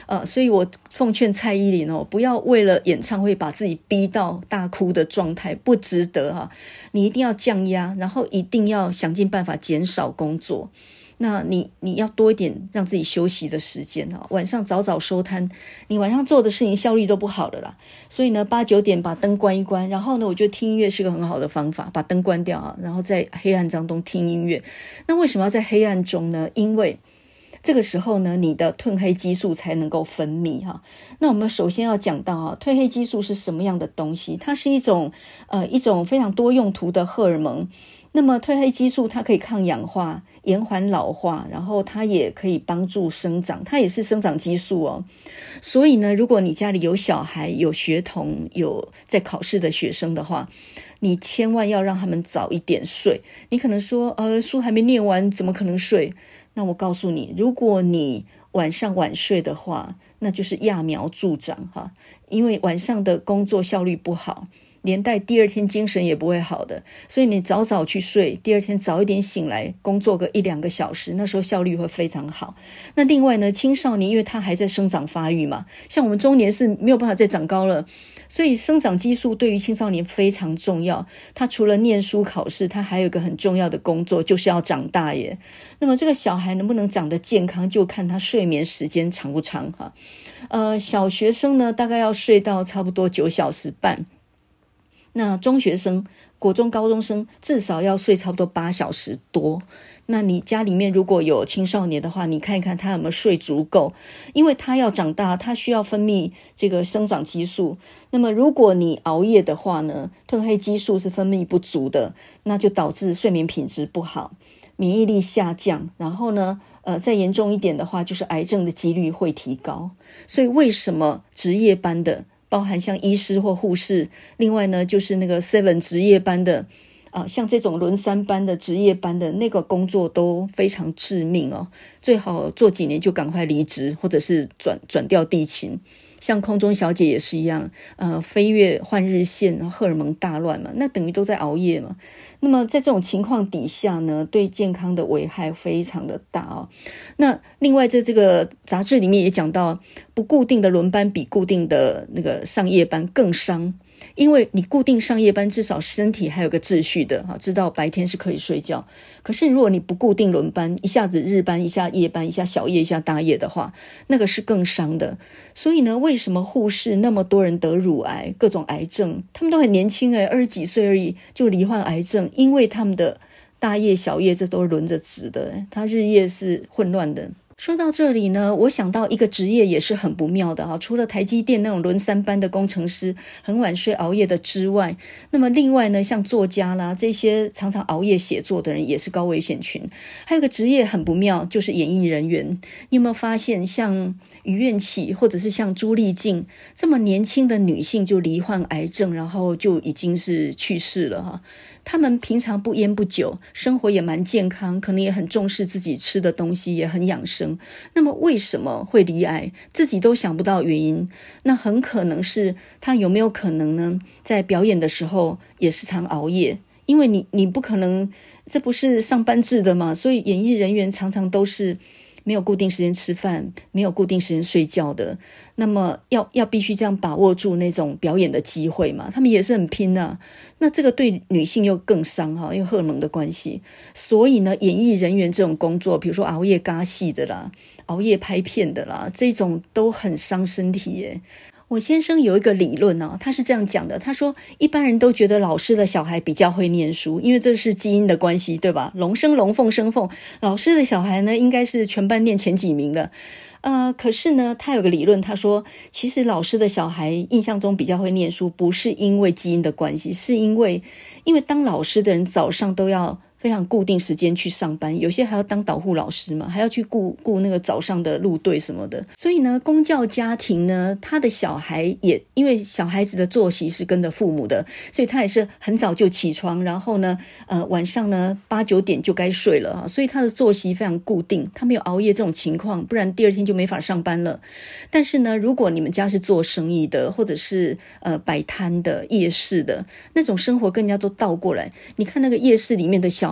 呃，所以我奉劝蔡依林哦，不要为了演唱会把自己逼到大哭的状态，不值得哈、啊。你一定要降压，然后一定要想尽办法减少工作。那你你要多一点让自己休息的时间哈，晚上早早收摊，你晚上做的事情效率都不好了啦。所以呢，八九点把灯关一关，然后呢，我觉得听音乐是个很好的方法，把灯关掉啊，然后在黑暗当中听音乐。那为什么要在黑暗中呢？因为这个时候呢，你的褪黑激素才能够分泌哈。那我们首先要讲到啊，褪黑激素是什么样的东西？它是一种呃一种非常多用途的荷尔蒙。那么褪黑激素它可以抗氧化、延缓老化，然后它也可以帮助生长，它也是生长激素哦。所以呢，如果你家里有小孩、有学童、有在考试的学生的话，你千万要让他们早一点睡。你可能说，呃，书还没念完，怎么可能睡？那我告诉你，如果你晚上晚睡的话，那就是揠苗助长哈，因为晚上的工作效率不好，连带第二天精神也不会好的。所以你早早去睡，第二天早一点醒来，工作个一两个小时，那时候效率会非常好。那另外呢，青少年因为他还在生长发育嘛，像我们中年是没有办法再长高了，所以生长激素对于青少年非常重要。他除了念书考试，他还有一个很重要的工作，就是要长大耶。那么这个小孩能不能长得健康，就看他睡眠时间长不长哈。呃，小学生呢，大概要睡到差不多九小时半。那中学生、国中高中生至少要睡差不多八小时多。那你家里面如果有青少年的话，你看一看他有没有睡足够，因为他要长大，他需要分泌这个生长激素。那么如果你熬夜的话呢，褪黑激素是分泌不足的，那就导致睡眠品质不好，免疫力下降，然后呢呃，再严重一点的话，就是癌症的几率会提高。所以为什么值夜班的，包含像医师或护士，另外呢就是那个 seven 值夜班的啊、呃，像这种轮三班的值夜班的那个工作都非常致命哦，最好做几年就赶快离职，或者是转转调地勤。像空中小姐也是一样，呃，飞越换日线，荷尔蒙大乱嘛，那等于都在熬夜嘛。那么在这种情况底下呢，对健康的危害非常的大哦。那另外在这个杂志里面也讲到，不固定的轮班比固定的那个上夜班更伤。因为你固定上夜班，至少身体还有个秩序的，知道白天是可以睡觉。可是如果你不固定轮班，一下子日班，一下夜班，一下小夜，一下大夜的话，那个是更伤的。所以呢，为什么护士那么多人得乳癌、各种癌症，他们都很年轻诶，二十几岁而已就罹患癌症，因为他们的大夜小夜这都轮着值的，他日夜是混乱的。说到这里呢，我想到一个职业也是很不妙的哈，除了台积电那种轮三班的工程师很晚睡熬夜的之外，那么另外呢，像作家啦，这些常常熬夜写作的人也是高危险群。还有个职业很不妙，就是演艺人员。你有没有发现，像于愿起或者是像朱丽静这么年轻的女性就罹患癌症，然后就已经是去世了哈。他们平常不烟不酒，生活也蛮健康，可能也很重视自己吃的东西，也很养生。那么为什么会罹癌？自己都想不到原因。那很可能是他有没有可能呢？在表演的时候也时常熬夜，因为你你不可能，这不是上班制的嘛，所以演艺人员常常都是没有固定时间吃饭，没有固定时间睡觉的。那么要要必须这样把握住那种表演的机会嘛，他们也是很拼的、啊。那这个对女性又更伤哈，因为荷尔蒙的关系。所以呢，演艺人员这种工作，比如说熬夜尬戏的啦，熬夜拍片的啦，这种都很伤身体耶。我先生有一个理论哦，他是这样讲的，他说一般人都觉得老师的小孩比较会念书，因为这是基因的关系，对吧？龙生龙，凤生凤，老师的小孩呢应该是全班念前几名的。呃，可是呢，他有个理论，他说其实老师的小孩印象中比较会念书，不是因为基因的关系，是因为因为当老师的人早上都要非常固定时间去上班，有些还要当导护老师嘛，还要去顾顾那个早上的路队什么的。所以呢，公教家庭呢，他的小孩也因为小孩子的作息是跟着父母的，所以他也是很早就起床，然后呢，呃，晚上呢八九点就该睡了啊，所以他的作息非常固定，他没有熬夜这种情况，不然第二天就没法上班了。但是呢，如果你们家是做生意的，或者是呃摆摊的、夜市的那种生活，跟人家都倒过来。你看那个夜市里面的小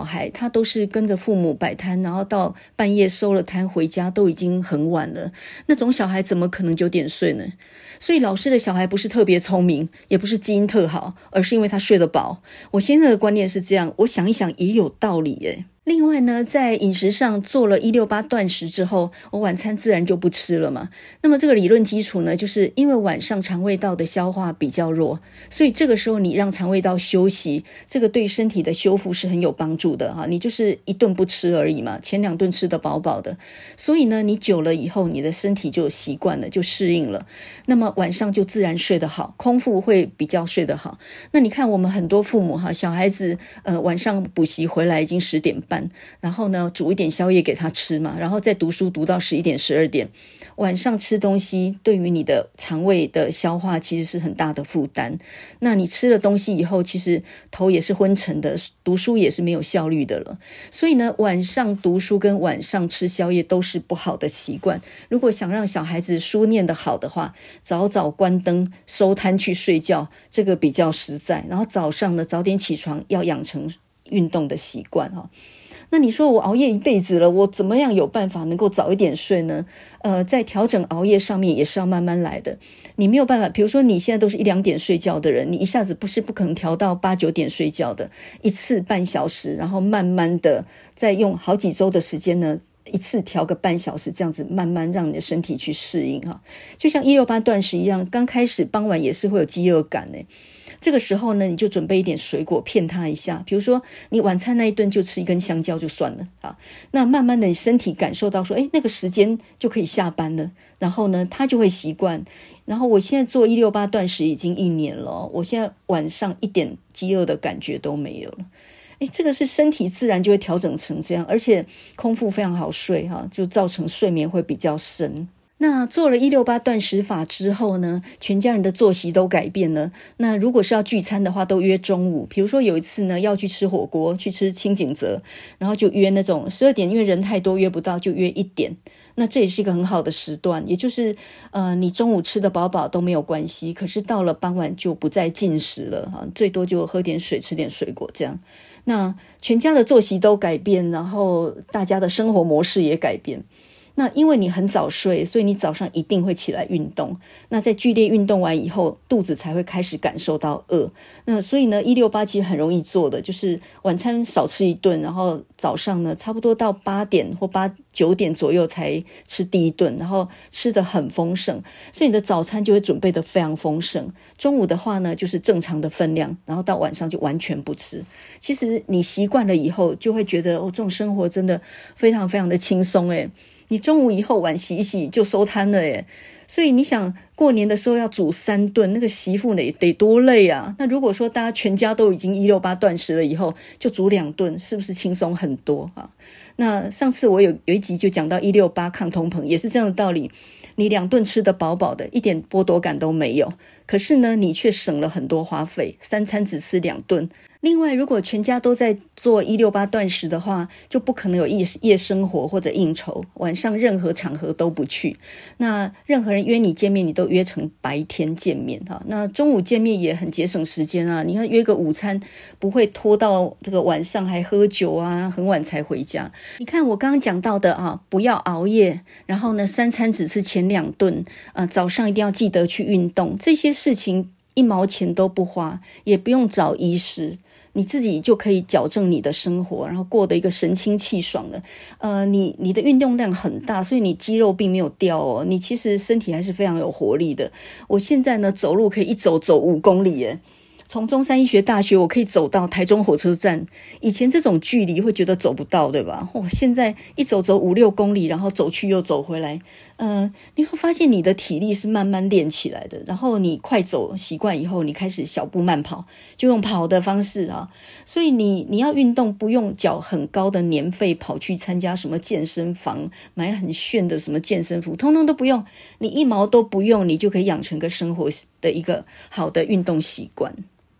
孩，他都是跟着父母摆摊，然后到半夜收了摊回家都已经很晚了，那种小孩怎么可能九点睡呢？所以老师的小孩不是特别聪明，也不是基因特好，而是因为他睡得饱。我现在的观念是这样，我想一想也有道理耶。另外呢，在饮食上做了一六八断食之后，我晚餐自然就不吃了嘛。那么这个理论基础呢，就是因为晚上肠胃道的消化比较弱，所以这个时候你让肠胃道休息，这个对身体的修复是很有帮助的哈。你就是一顿不吃而已嘛，前两顿吃得饱饱的，所以呢，你久了以后，你的身体就习惯了，就适应了。那么晚上就自然睡得好，空腹会比较睡得好。那你看我们很多父母哈，小孩子呃晚上补习回来已经十点半。然后呢煮一点宵夜给他吃嘛，然后再读书读到十一点十二点，晚上吃东西对于你的肠胃的消化其实是很大的负担。那你吃了东西以后，其实头也是昏沉的，读书也是没有效率的了。所以呢，晚上读书跟晚上吃宵夜都是不好的习惯。如果想让小孩子书念得好的话，早早关灯收摊去睡觉，这个比较实在。然后早上呢早点起床，要养成运动的习惯哈。那你说我熬夜一辈子了，我怎么样有办法能够早一点睡呢？呃，在调整熬夜上面也是要慢慢来的。你没有办法，比如说你现在都是一两点睡觉的人，你一下子不是不可能调到八九点睡觉的，一次半小时，然后慢慢的再用好几周的时间呢，一次调个半小时，这样子慢慢让你的身体去适应哈。就像一六八断食一样，刚开始傍晚也是会有饥饿感的。这个时候呢，你就准备一点水果骗他一下，比如说你晚餐那一顿就吃一根香蕉就算了啊。那慢慢的你身体感受到说，诶，那个时间就可以下班了，然后呢他就会习惯。然后我现在做一六八断食已经一年了，我现在晚上一点饥饿的感觉都没有了。诶，这个是身体自然就会调整成这样，而且空腹非常好睡哈，就造成睡眠会比较深。那做了一六八断食法之后呢，全家人的作息都改变了。那如果是要聚餐的话，都约中午。比如说有一次呢，要去吃火锅，去吃清景泽，然后就约那种十二点，因为人太多约不到，就约一点。那这也是一个很好的时段，也就是呃，你中午吃得饱饱都没有关系，可是到了傍晚就不再进食了哈，最多就喝点水，吃点水果这样。那全家的作息都改变，然后大家的生活模式也改变。那因为你很早睡，所以你早上一定会起来运动。那在剧烈运动完以后，肚子才会开始感受到饿。那所以呢，一六八其实很容易做的，就是晚餐少吃一顿，然后早上呢，差不多到八点或八九点左右才吃第一顿，然后吃得很丰盛，所以你的早餐就会准备得非常丰盛。中午的话呢，就是正常的分量，然后到晚上就完全不吃。其实你习惯了以后，就会觉得哦，这种生活真的非常非常的轻松诶。你中午以后碗洗一洗就收摊了耶，所以你想过年的时候要煮三顿，那个媳妇得得多累啊。那如果说大家全家都已经一六八断食了以后，就煮两顿，是不是轻松很多啊？那上次我有有一集就讲到一六八抗通膨，也是这样的道理。你两顿吃得饱饱的，一点剥夺感都没有，可是呢，你却省了很多花费，三餐只吃两顿。另外，如果全家都在做一六八断食的话，就不可能有夜生活或者应酬，晚上任何场合都不去。那任何人约你见面，你都约成白天见面哈。那中午见面也很节省时间啊，你看约个午餐不会拖到这个晚上还喝酒啊，很晚才回家。你看我刚刚讲到的啊，不要熬夜，然后呢，三餐只吃前两顿，呃，早上一定要记得去运动，这些事情一毛钱都不花，也不用找医师。你自己就可以矫正你的生活，然后过得一个神清气爽的。呃，你你的运动量很大，所以你肌肉并没有掉哦，你其实身体还是非常有活力的。我现在呢，走路可以一走走五公里耶。从中山医学大学我可以走到台中火车站，以前这种距离会觉得走不到，对吧？哦，现在一走走五六公里，然后走去又走回来，呃，你会发现你的体力是慢慢练起来的。然后你快走习惯以后，你开始小步慢跑，就用跑的方式啊。所以你你要运动，不用缴很高的年费，跑去参加什么健身房，买很炫的什么健身服，通通都不用，你一毛都不用，你就可以养成个生活的一个好的运动习惯。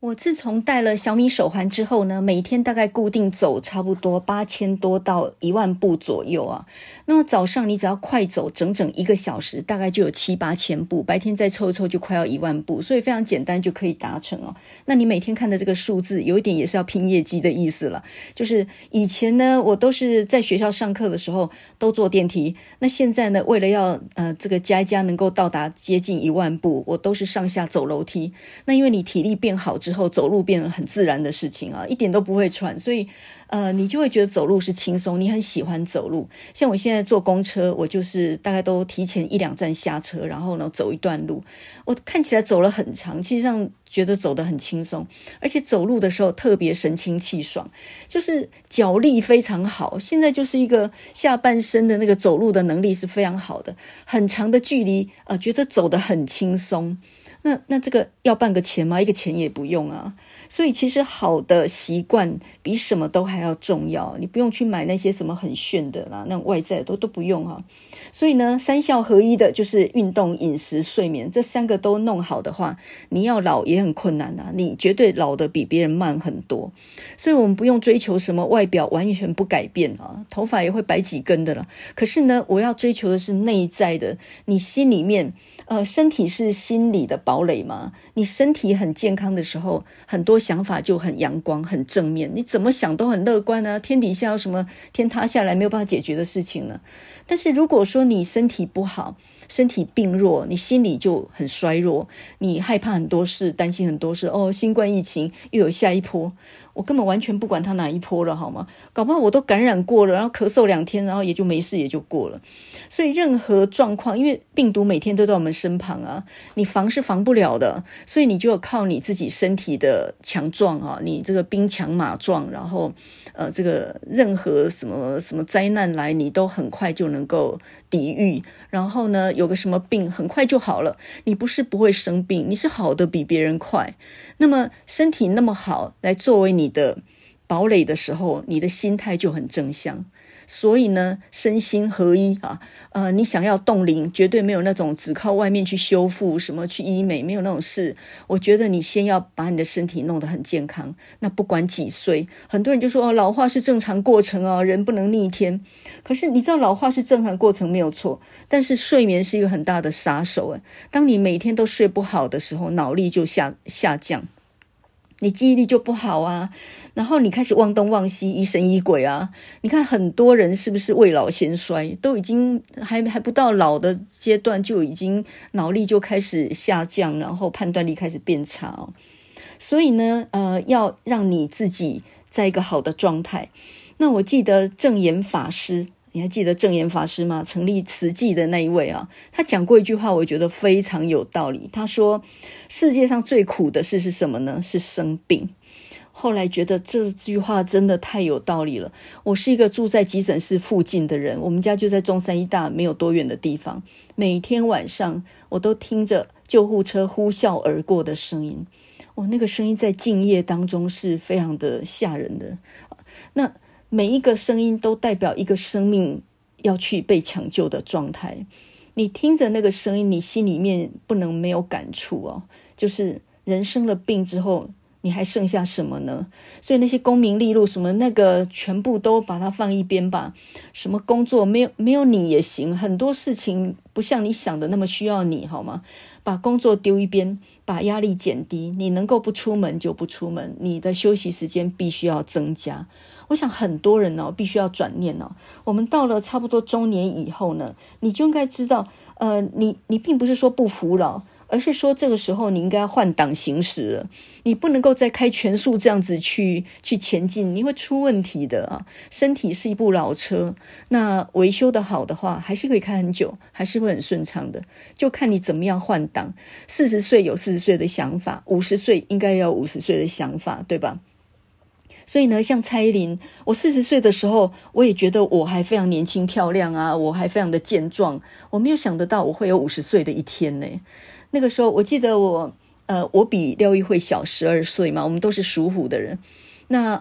我自从戴了小米手环之后呢，每天大概固定走差不多八千多到一万步左右啊。那么早上你只要快走整整一个小时，大概就有七八千步，白天再凑一凑就快要一万步，所以非常简单就可以达成哦。那你每天看的这个数字，有一点也是要拼业绩的意思了。就是以前呢，我都是在学校上课的时候都坐电梯，那现在呢，为了要呃这个加一加能够到达接近一万步，我都是上下走楼梯。那因为你体力变好之后，之后走路变成很自然的事情啊，一点都不会喘，所以呃，你就会觉得走路是轻松，你很喜欢走路。像我现在坐公车，我就是大概都提前一两站下车，然后呢走一段路，我看起来走了很长，其实上觉得走得很轻松，而且走路的时候特别神清气爽，就是脚力非常好。现在就是一个下半身的那个走路的能力是非常好的，很长的距离呃，觉得走得很轻松。那那这个要半个钱吗？一个钱也不用啊。所以其实好的习惯比什么都还要重要，你不用去买那些什么很炫的啦，那种外在都都不用啊。所以呢，三效合一的就是运动、饮食、睡眠，这三个都弄好的话，你要老也很困难啊，你绝对老得比别人慢很多。所以我们不用追求什么外表完全不改变啊，头发也会白几根的了。可是呢，我要追求的是内在的，你心里面呃，身体是心理的堡垒嘛，你身体很健康的时候，很多想法就很阳光很正面，你怎么想都很乐观啊，天底下有什么天塌下来没有办法解决的事情呢？但是如果说你身体不好，身体病弱，你心里就很衰弱，你害怕很多事，担心很多事，哦，新冠疫情又有下一波，我根本完全不管它哪一波了好吗？搞不好我都感染过了，然后咳嗽两天，然后也就没事，也就过了。所以任何状况，因为病毒每天都在我们身旁啊，你防是防不了的，所以你就要靠你自己身体的强壮啊，你这个兵强马壮，然后呃，这个任何什么什么灾难来，你都很快就能够抵御。然后呢，有个什么病很快就好了，你不是不会生病，你是好的比别人快。那么身体那么好来作为你的堡垒的时候，你的心态就很正向。所以呢，身心合一啊，呃，你想要冻龄，绝对没有那种只靠外面去修复，什么去医美，没有那种事。我觉得你先要把你的身体弄得很健康。那不管几岁，很多人就说哦，老化是正常过程啊，人不能逆天。可是你知道老化是正常过程没有错，但是睡眠是一个很大的杀手诶。当你每天都睡不好的时候，脑力就下下降。你记忆力就不好啊，然后你开始忘东忘西，疑神疑鬼啊。你看很多人是不是未老先衰，都已经还还不到老的阶段，就已经脑力就开始下降，然后判断力开始变差哦。所以呢，呃，要让你自己在一个好的状态。那我记得证严法师，你还记得证严法师吗？成立慈济的那一位啊，他讲过一句话，我觉得非常有道理。他说，世界上最苦的事是什么呢？是生病。后来觉得这句话真的太有道理了。我是一个住在急诊室附近的人，我们家就在中山医大没有多远的地方，每天晚上我都听着救护车呼啸而过的声音，我、哦、那个声音在静夜当中是非常的吓人的。那每一个声音都代表一个生命要去被抢救的状态，你听着那个声音，你心里面不能没有感触哦。就是人生了病之后，你还剩下什么呢？所以那些功名利禄什么那个全部都把它放一边吧。什么工作没有没有你也行，很多事情不像你想的那么需要你，好吗？把工作丢一边，把压力减低，你能够不出门就不出门，你的休息时间必须要增加。我想很多人哦，必须要转念哦。我们到了差不多中年以后呢，你就应该知道，呃，你你并不是说不服老，而是说这个时候你应该换挡行驶了，你不能够再开全速这样子去去前进，你会出问题的啊！身体是一部老车，那维修的好的话，还是可以开很久，还是会很顺畅的，就看你怎么样换挡。四十岁有四十岁的想法，五十岁应该要有五十岁的想法，对吧？所以呢，像蔡依林，我四十岁的时候，我也觉得我还非常年轻漂亮啊，我还非常的健壮，我没有想得到我会有五十岁的一天呢。那个时候我记得我呃，我比廖玉慧小十二岁嘛，我们都是属虎的人。那呃，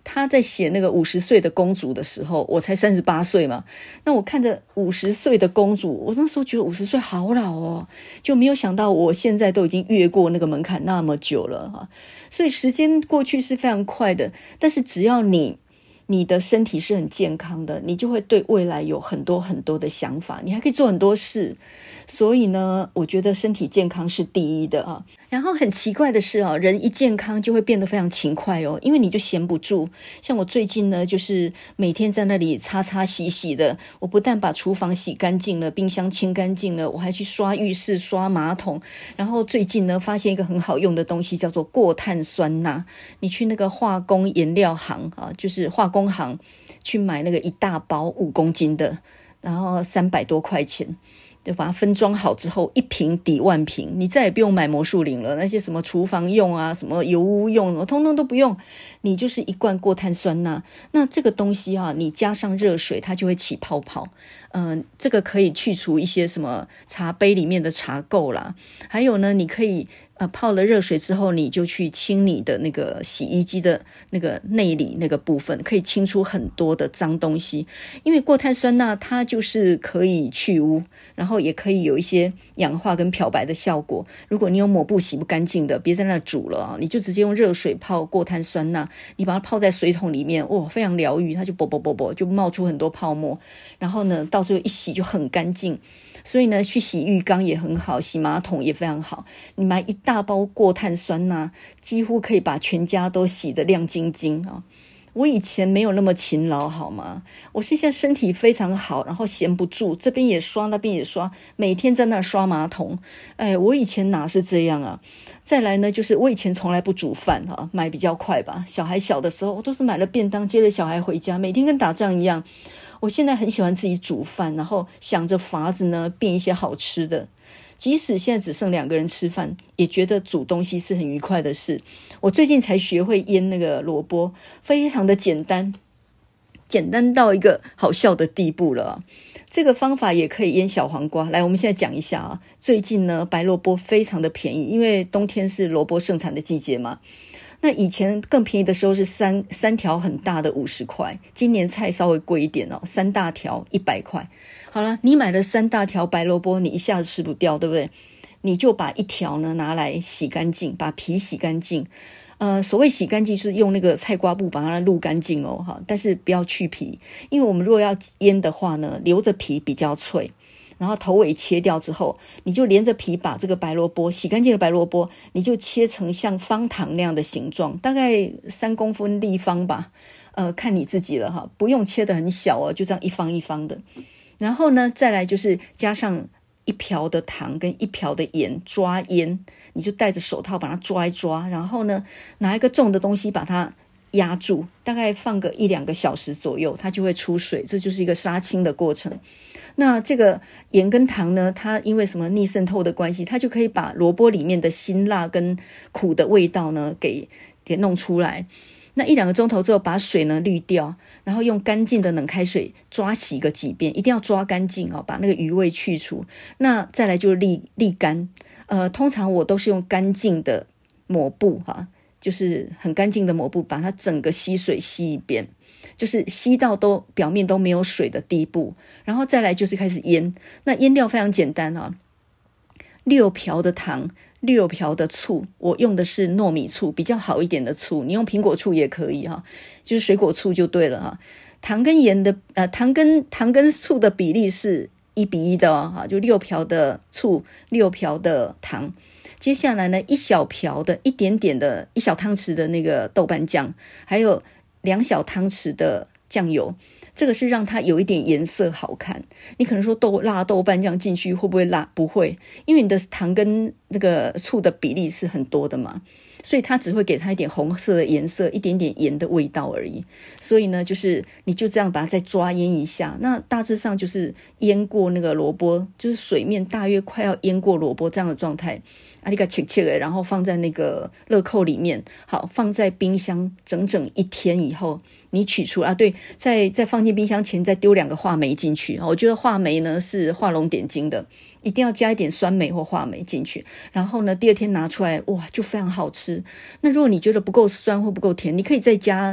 他在写那个五十岁的公主的时候，我才三十八岁嘛。那我看着五十岁的公主，我那时候觉得五十岁好老哦，就没有想到我现在都已经越过那个门槛那么久了哈。所以时间过去是非常快的，但是只要你你的身体是很健康的，你就会对未来有很多很多的想法，你还可以做很多事。所以呢，我觉得身体健康是第一的啊。然后很奇怪的是啊，人一健康就会变得非常勤快哦，因为你就闲不住。像我最近呢，就是每天在那里擦擦洗洗的，我不但把厨房洗干净了，冰箱清干净了，我还去刷浴室、刷马桶。然后最近呢，发现一个很好用的东西，叫做过碳酸钠。你去那个化工颜料行啊，就是化工行去买那个一大包五公斤的，然后三百多块钱。就把它分装好之后，一瓶抵万瓶，你再也不用买魔术灵了。那些什么厨房用啊，什么油污用，我通通都不用。你就是一罐过碳酸钠，那这个东西啊，你加上热水，它就会起泡泡。嗯、呃，这个可以去除一些什么茶杯里面的茶垢啦。还有呢，你可以呃泡了热水之后，你就去清你的那个洗衣机的那个内里那个部分，可以清出很多的脏东西。因为过碳酸钠它就是可以去污，然后也可以有一些氧化跟漂白的效果。如果你有抹布洗不干净的，别在那煮了啊，你就直接用热水泡过碳酸钠，你把它泡在水桶里面，哇，非常疗愈，它就啵啵啵啵就冒出很多泡沫，然后呢，到最后一洗就很干净。所以呢，去洗浴缸也很好，洗马桶也非常好。你买一大包过碳酸钠，几乎可以把全家都洗得亮晶晶啊！我以前没有那么勤劳好吗？我现在身体非常好，然后闲不住，这边也刷那边也刷，每天在那儿刷马桶。哎，我以前哪是这样啊？再来呢，就是我以前从来不煮饭啊，买比较快吧。小孩小的时候，我都是买了便当，接着小孩回家，每天跟打仗一样。我现在很喜欢自己煮饭，然后想着法子呢，变一些好吃的。即使现在只剩两个人吃饭，也觉得煮东西是很愉快的事。我最近才学会腌那个萝卜，非常的简单，简单到一个好笑的地步了啊。这个方法也可以腌小黄瓜。来，我们现在讲一下啊。最近呢，白萝卜非常的便宜，因为冬天是萝卜盛产的季节嘛。那以前更便宜的时候是三三条很大的五十块，今年菜稍微贵一点哦，三大条一百块。好了，你买了三大条白萝卜，你一下子吃不掉，对不对？你就把一条呢拿来洗干净，把皮洗干净。呃，所谓洗干净是用那个菜瓜布把它撸干净哦，哈，但是不要去皮，因为我们如果要腌的话呢，留着皮比较脆。然后头尾切掉之后，你就连着皮把这个白萝卜洗干净的白萝卜，你就切成像方糖那样的形状，大概三公分立方吧，呃，看你自己了哈，不用切得很小哦，就这样一方一方的。然后呢，再来就是加上一瓢的糖跟一瓢的盐抓腌，你就戴着手套把它抓一抓，然后呢，拿一个重的东西把它压住，大概放个一两个小时左右，它就会出水，这就是一个杀青的过程。那这个盐跟糖呢，它因为什么逆渗透的关系，它就可以把萝卜里面的辛辣跟苦的味道呢给给弄出来。那一两个钟头之后，把水呢滤掉，然后用干净的冷开水抓洗个几遍，一定要抓干净哦，把那个余味去除。那再来就是沥沥干，呃，通常我都是用干净的抹布哈、啊，就是很干净的抹布，把它整个吸水吸一遍。就是吸到都表面都没有水的地步，然后再来就是开始腌。那腌料非常简单啊，六瓢的糖，六瓢的醋，我用的是糯米醋，比较好一点的醋，你用苹果醋也可以哈，就是水果醋就对了哈。糖跟盐的呃糖跟糖跟醋的比例是一比一的哦，哈，就六瓢的醋，六瓢的糖。接下来呢，一小瓢的一点点的一小汤匙的那个豆瓣酱，还有两小汤匙的酱油，这个是让它有一点颜色好看。你可能说豆辣豆瓣酱进去会不会辣？不会，因为你的糖跟那个醋的比例是很多的嘛，所以它只会给它一点红色的颜色，一点点盐的味道而已。所以呢，就是你就这样把它再抓腌一下，那大致上就是腌过那个萝卜，就是水面大约快要腌过萝卜这样的状态。啊，你给它切切的，然后放在那个乐扣里面，好，放在冰箱整整一天以后，你取出啊，对，在在放进冰箱前再丢两个话梅进去。我觉得话梅呢是画龙点睛的，一定要加一点酸梅或话梅进去。然后呢，第二天拿出来，哇，就非常好吃。那如果你觉得不够酸或不够甜，你可以再加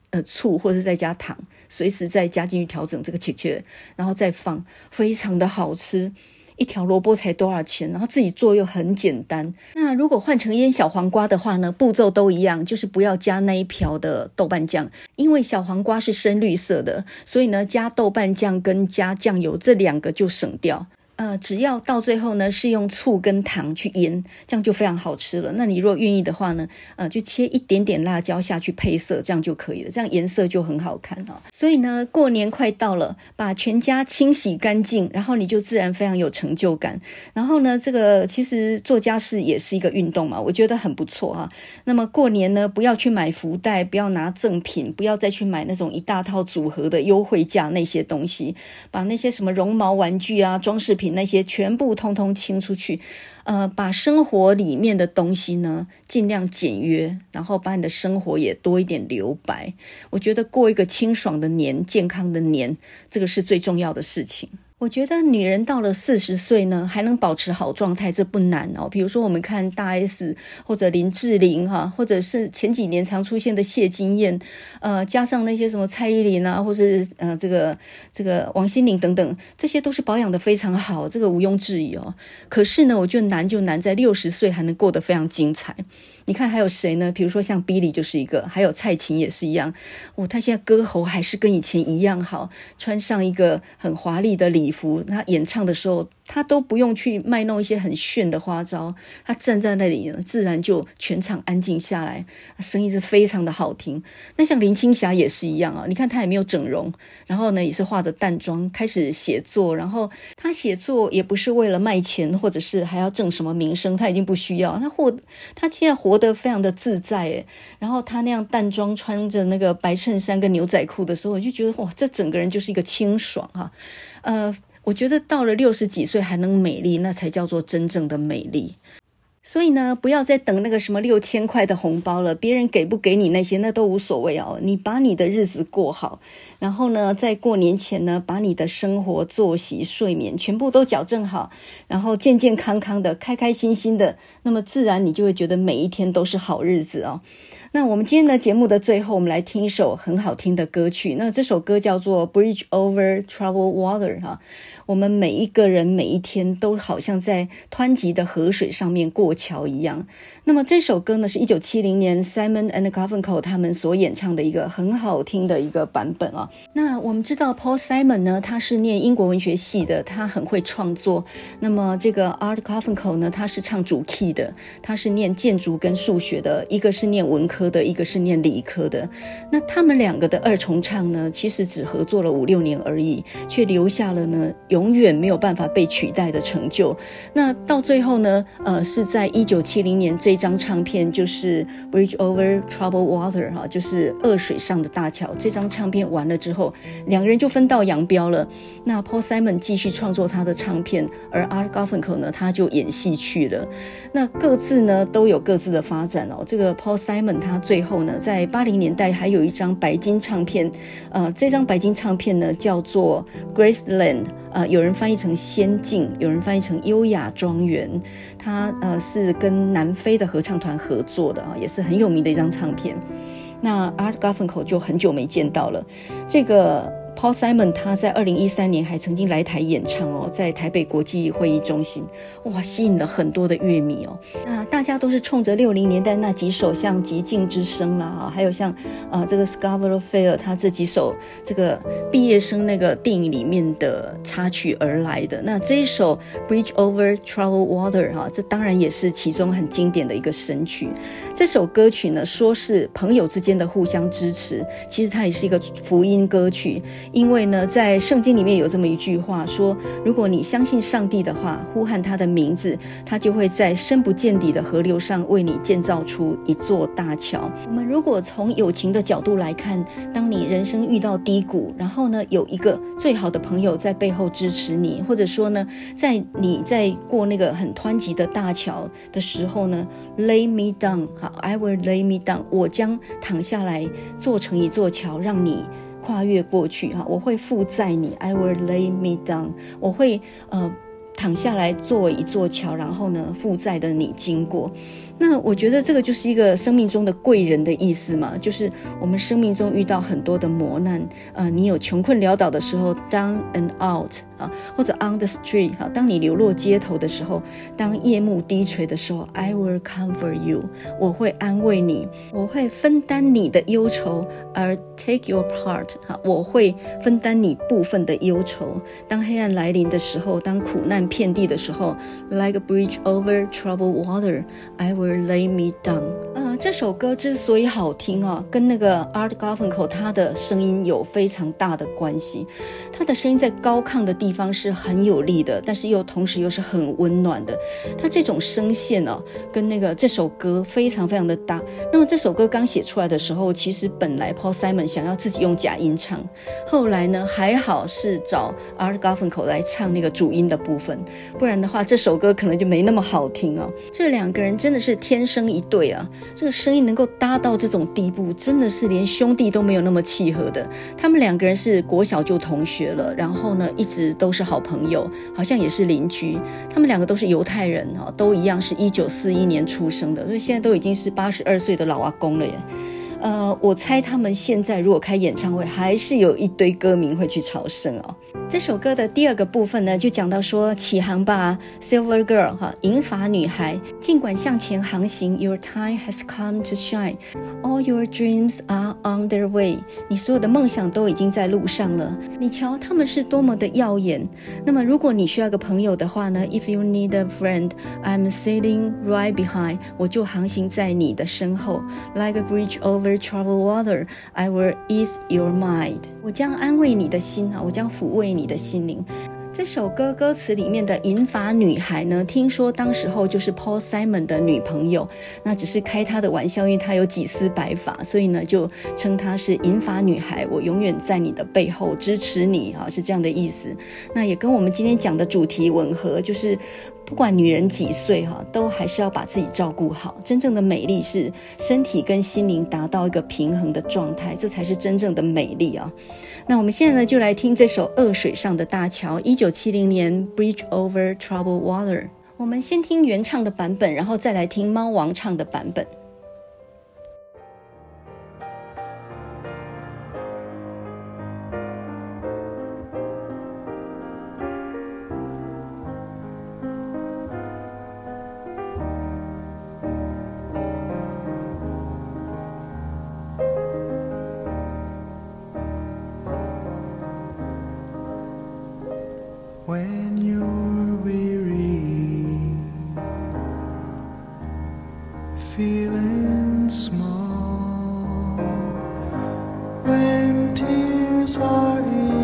呃醋或者再加糖，随时再加进去调整这个切切，然后再放，非常的好吃。一条萝卜才多少钱，然后自己做又很简单。那如果换成腌小黄瓜的话呢，步骤都一样，就是不要加那一瓢的豆瓣酱，因为小黄瓜是深绿色的，所以呢加豆瓣酱跟加酱油这两个就省掉。呃，只要到最后呢是用醋跟糖去腌，这样就非常好吃了。那你若愿意的话呢，呃，就切一点点辣椒下去配色，这样就可以了，这样颜色就很好看啊。所以呢，过年快到了，把全家清洗干净，然后你就自然非常有成就感。然后呢，这个其实做家事也是一个运动嘛，我觉得很不错啊。那么过年呢，不要去买福袋，不要拿赠品，不要再去买那种一大套组合的优惠价那些东西，把那些什么绒毛玩具啊、装饰品那些全部通通清出去，呃，把生活里面的东西呢尽量简约，然后把你的生活也多一点留白。我觉得过一个清爽的年、健康的年，这个是最重要的事情。我觉得女人到了四十岁呢，还能保持好状态，这不难哦。比如说我们看大 S 或者林志玲哈，或者是前几年常出现的谢金燕，呃，加上那些什么蔡依林啊，或是呃这个这个王心凌等等，这些都是保养得非常好，这个毋庸置疑哦。可是呢，我觉得难就难在六十岁还能过得非常精彩。你看还有谁呢？比如说像 Billy 就是一个，还有蔡琴也是一样。哦，他现在歌喉还是跟以前一样好，穿上一个很华丽的礼服，他演唱的时候他都不用去卖弄一些很炫的花招，他站在那里自然就全场安静下来，声音是非常的好听。那像林青霞也是一样啊，你看他也没有整容，然后呢也是化着淡妆开始写作，然后他写作也不是为了卖钱或者是还要挣什么名声，他已经不需要，他活他现在活得非常的自在耶。然后他那样淡妆穿着那个白衬衫跟牛仔裤的时候，我就觉得哇，这整个人就是一个清爽啊。呃我觉得到了六十几岁还能美丽，那才叫做真正的美丽。所以呢，不要再等那个什么六千块的红包了，别人给不给你那些那都无所谓哦，你把你的日子过好，然后呢在过年前呢把你的生活作息睡眠全部都矫正好，然后健健康康的开开心心的，那么自然你就会觉得每一天都是好日子哦。那我们今天的节目的最后，我们来听一首很好听的歌曲。那这首歌叫做 Bridge Over Troubled Water 哈。我们每一个人每一天都好像在湍急的河水上面过桥一样。那么这首歌呢是一九七零年 Simon and Garfunkel 他们所演唱的一个很好听的一个版本啊。那我们知道 Paul Simon 呢，他是念英国文学系的，他很会创作。那么这个 Art Garfunkel 呢，他是唱主 key 的，他是念建筑跟数学的，一个是念文科的，一个是念理科的。那他们两个的二重唱呢，其实只合作了五六年而已，却留下了呢永远没有办法被取代的成就。那到最后呢，呃，是在一九七零年这张唱片就是 Bridge Over Troubled Water 哈，就是恶水上的大桥。这张唱片完了之后，两个人就分道扬镳了。那 Paul Simon 继续创作他的唱片，而 Art Garfunkel 呢，他就演戏去了。那各自呢都有各自的发展哦。这个 Paul Simon 他最后呢，在八零年代还有一张白金唱片，呃，这张白金唱片呢叫做 Graceland， 呃，有人翻译成仙境，有人翻译成优雅庄园。它呃是跟南非的合唱团合作的啊，也是很有名的一张唱片。那 Art Garfunkel 就很久没见到了。这个Paul Simon 他在二零一三年还曾经来台演唱哦，在台北国际会议中心，哇，吸引了很多的乐迷哦。那大家都是冲着六零年代那几首像《寂静之声》啦，还有像呃这个 Scarborough Fair 他这几首这个毕业生那个电影里面的插曲而来的。那这一首 Bridge Over Troubled Water 哈，这当然也是其中很经典的一个神曲。这首歌曲呢，说是朋友之间的互相支持，其实它也是一个福音歌曲。因为呢，在圣经里面有这么一句话说，如果你相信上帝的话，呼喊他的名字，他就会在深不见底的河流上为你建造出一座大桥。我们如果从友情的角度来看，当你人生遇到低谷，然后呢有一个最好的朋友在背后支持你，或者说呢在你在过那个很湍急的大桥的时候呢 lay me down I will lay me down， 我将躺下来做成一座桥，让你跨越过去，我会负载你 I will lay me down， 我会呃躺下来作为一座桥，然后呢负载的你经过。 那我觉得这个就是一个生命中的贵人的意思嘛，就是我们生命中遇到很多的磨难，呃，你有穷困潦倒的时候 down and out 啊，或者 on the street 啊，当你流落街头的时候，当夜幕低垂的时候 I will comfort you， 我会安慰你，我会分担你的忧愁，而 take your part 啊，我会分担你部分的忧愁。当黑暗来临的时候，当苦难遍地的时候 like a bridge over troubled water I will lay me down。 呃，这首歌之所以好听啊，跟那个 Art Garfunkel 他的声音有非常大的关系。他的声音在高亢的地方是很有力的，但是又同时又是很温暖的。他这种声线哦，跟那个这首歌非常非常的搭。那么这首歌刚写出来的时候，其实本来 Paul Simon 想要自己用假音唱，后来呢还好是找 Art Garfunkel 来唱那个主音的部分，不然的话这首歌可能就没那么好听哦。这两个人真的是天生一对啊，这个声音能够搭到这种地步，真的是连兄弟都没有那么契合的。他们两个人是国小就同学了，然后呢一直都是好朋友，好像也是邻居。他们两个都是犹太人，都一样是一九四一年出生的，所以现在都已经是八十二岁的老阿公了耶。呃，我猜他们现在如果开演唱会，还是有一堆歌迷会去朝圣哦。这首歌的第二个部分呢，就讲到说，起航吧 Silver Girl 哈，银发女孩，尽管向前航行 Your time has come to shine All your dreams are on their way， 你所有的梦想都已经在路上了，你瞧他们是多么的耀眼。那么如果你需要个朋友的话呢， If you need a friend I'm sailing right behind， 我就航行在你的身后， Like a bridge over troubled water I will ease your mind， 我将安慰你的心，我将抚慰你的心灵。这首歌歌词里面的银发女孩呢，听说当时候就是 Paul Simon 的女朋友，那只是开她的玩笑，因为她有几丝白发，所以呢就称她是银发女孩，我永远在你的背后支持你，是这样的意思。那也跟我们今天讲的主题吻合，就是不管女人几岁都还是要把自己照顾好，真正的美丽是身体跟心灵达到一个平衡的状态，这才是真正的美丽啊。那我们现在呢就来听这首恶水上的大桥，一九七零年 Bridge over troubled water。 我们先听原唱的版本，然后再来听猫王唱的版本。 When you're weary, feeling small, when tears are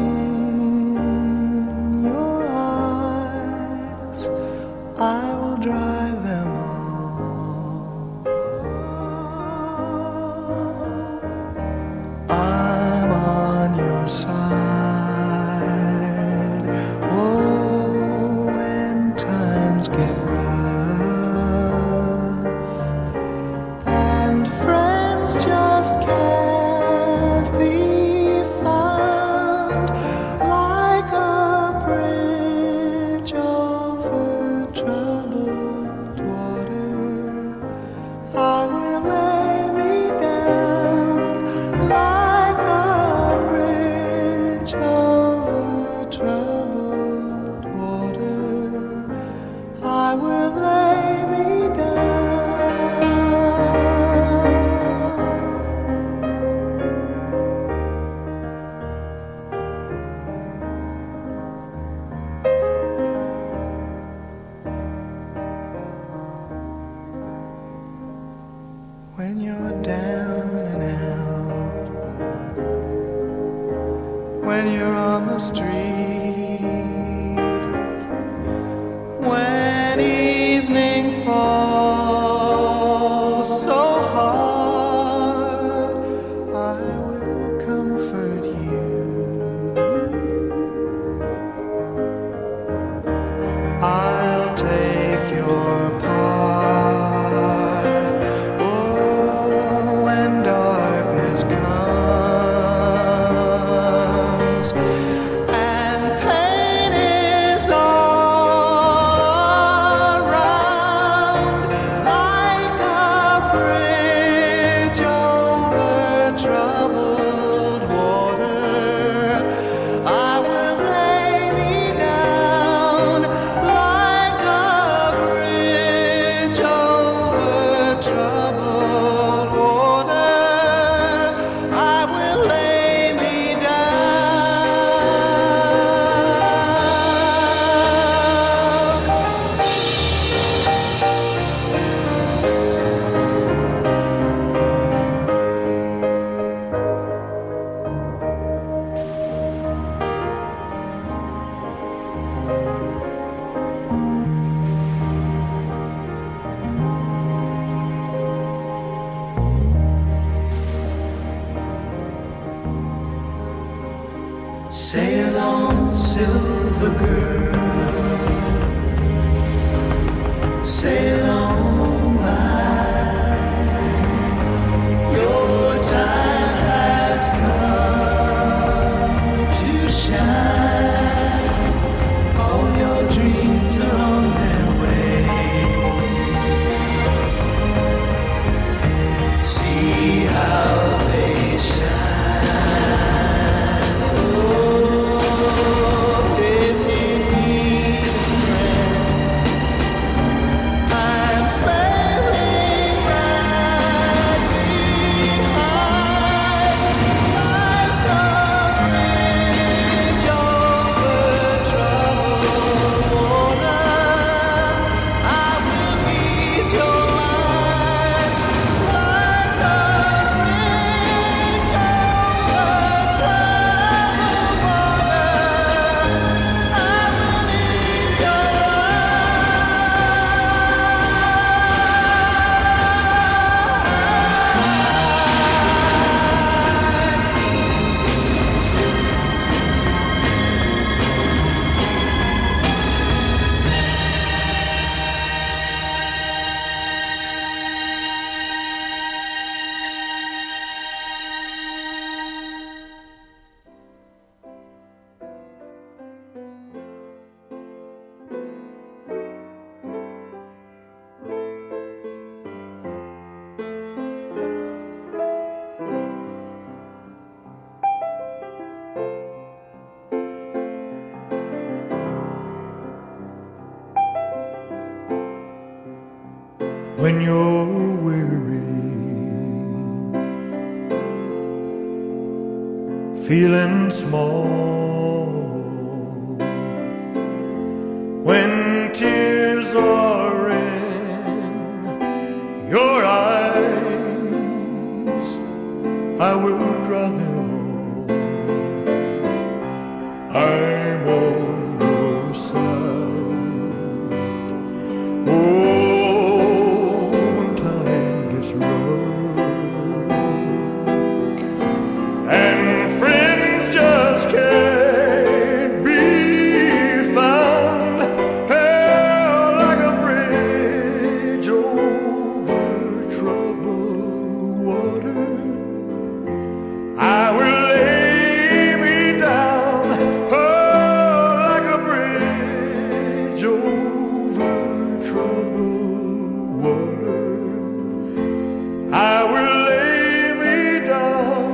in your eyes, I will dry them all. I'm on your side. Get rough, and friends just can't be found, like a bridge over troubled water. I will lay me down, like a bridge over troubled water. I will lay me down. When you're down and out, when you're on the street, when evening falls so hard, I will comfort you. I'll take your part. Oh, when darkness comes and silver girl, sail on by. Your time has come to shine. All your dreams are on their way. See how they shine. Oh, if you need a friend, I'm sailing right behind, like a bridge over troubled water. I will ease your mind, like a bridge over troubled water. I will ease your when you're weary, feeling small, when tears are in your eyes, I will dry them all. I'm on your side. Oh, and friends just can't be found, held like a bridge over troubled water. I will lay me down, held like a bridge over troubled water. I will lay me down.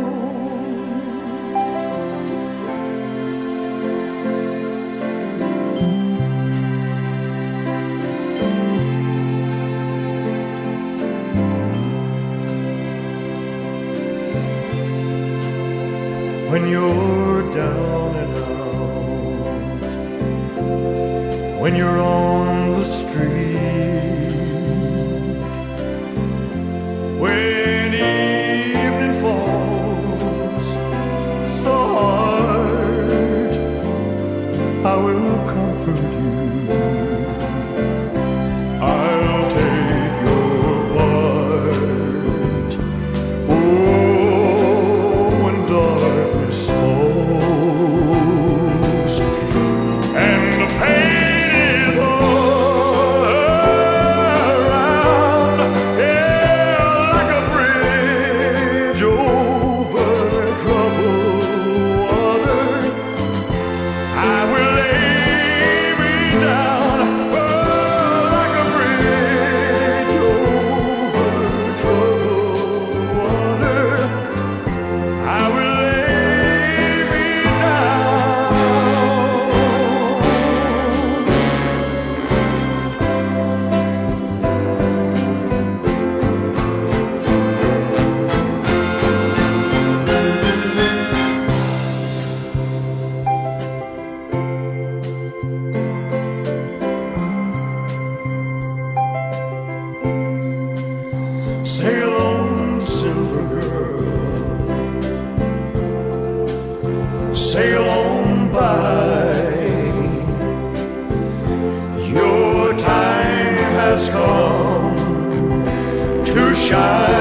When you're down and out, when you're on the street, when evening falls so hard, I will comfort you. I'll take your part. Oh, when darkness falls and the pain is all around, yeah, like a bridge over troubled water, I will lay me down, oh, like a bridge over troubled water. I will lay me down. Sail on, silver girl, sail on by. Your time has come to shine.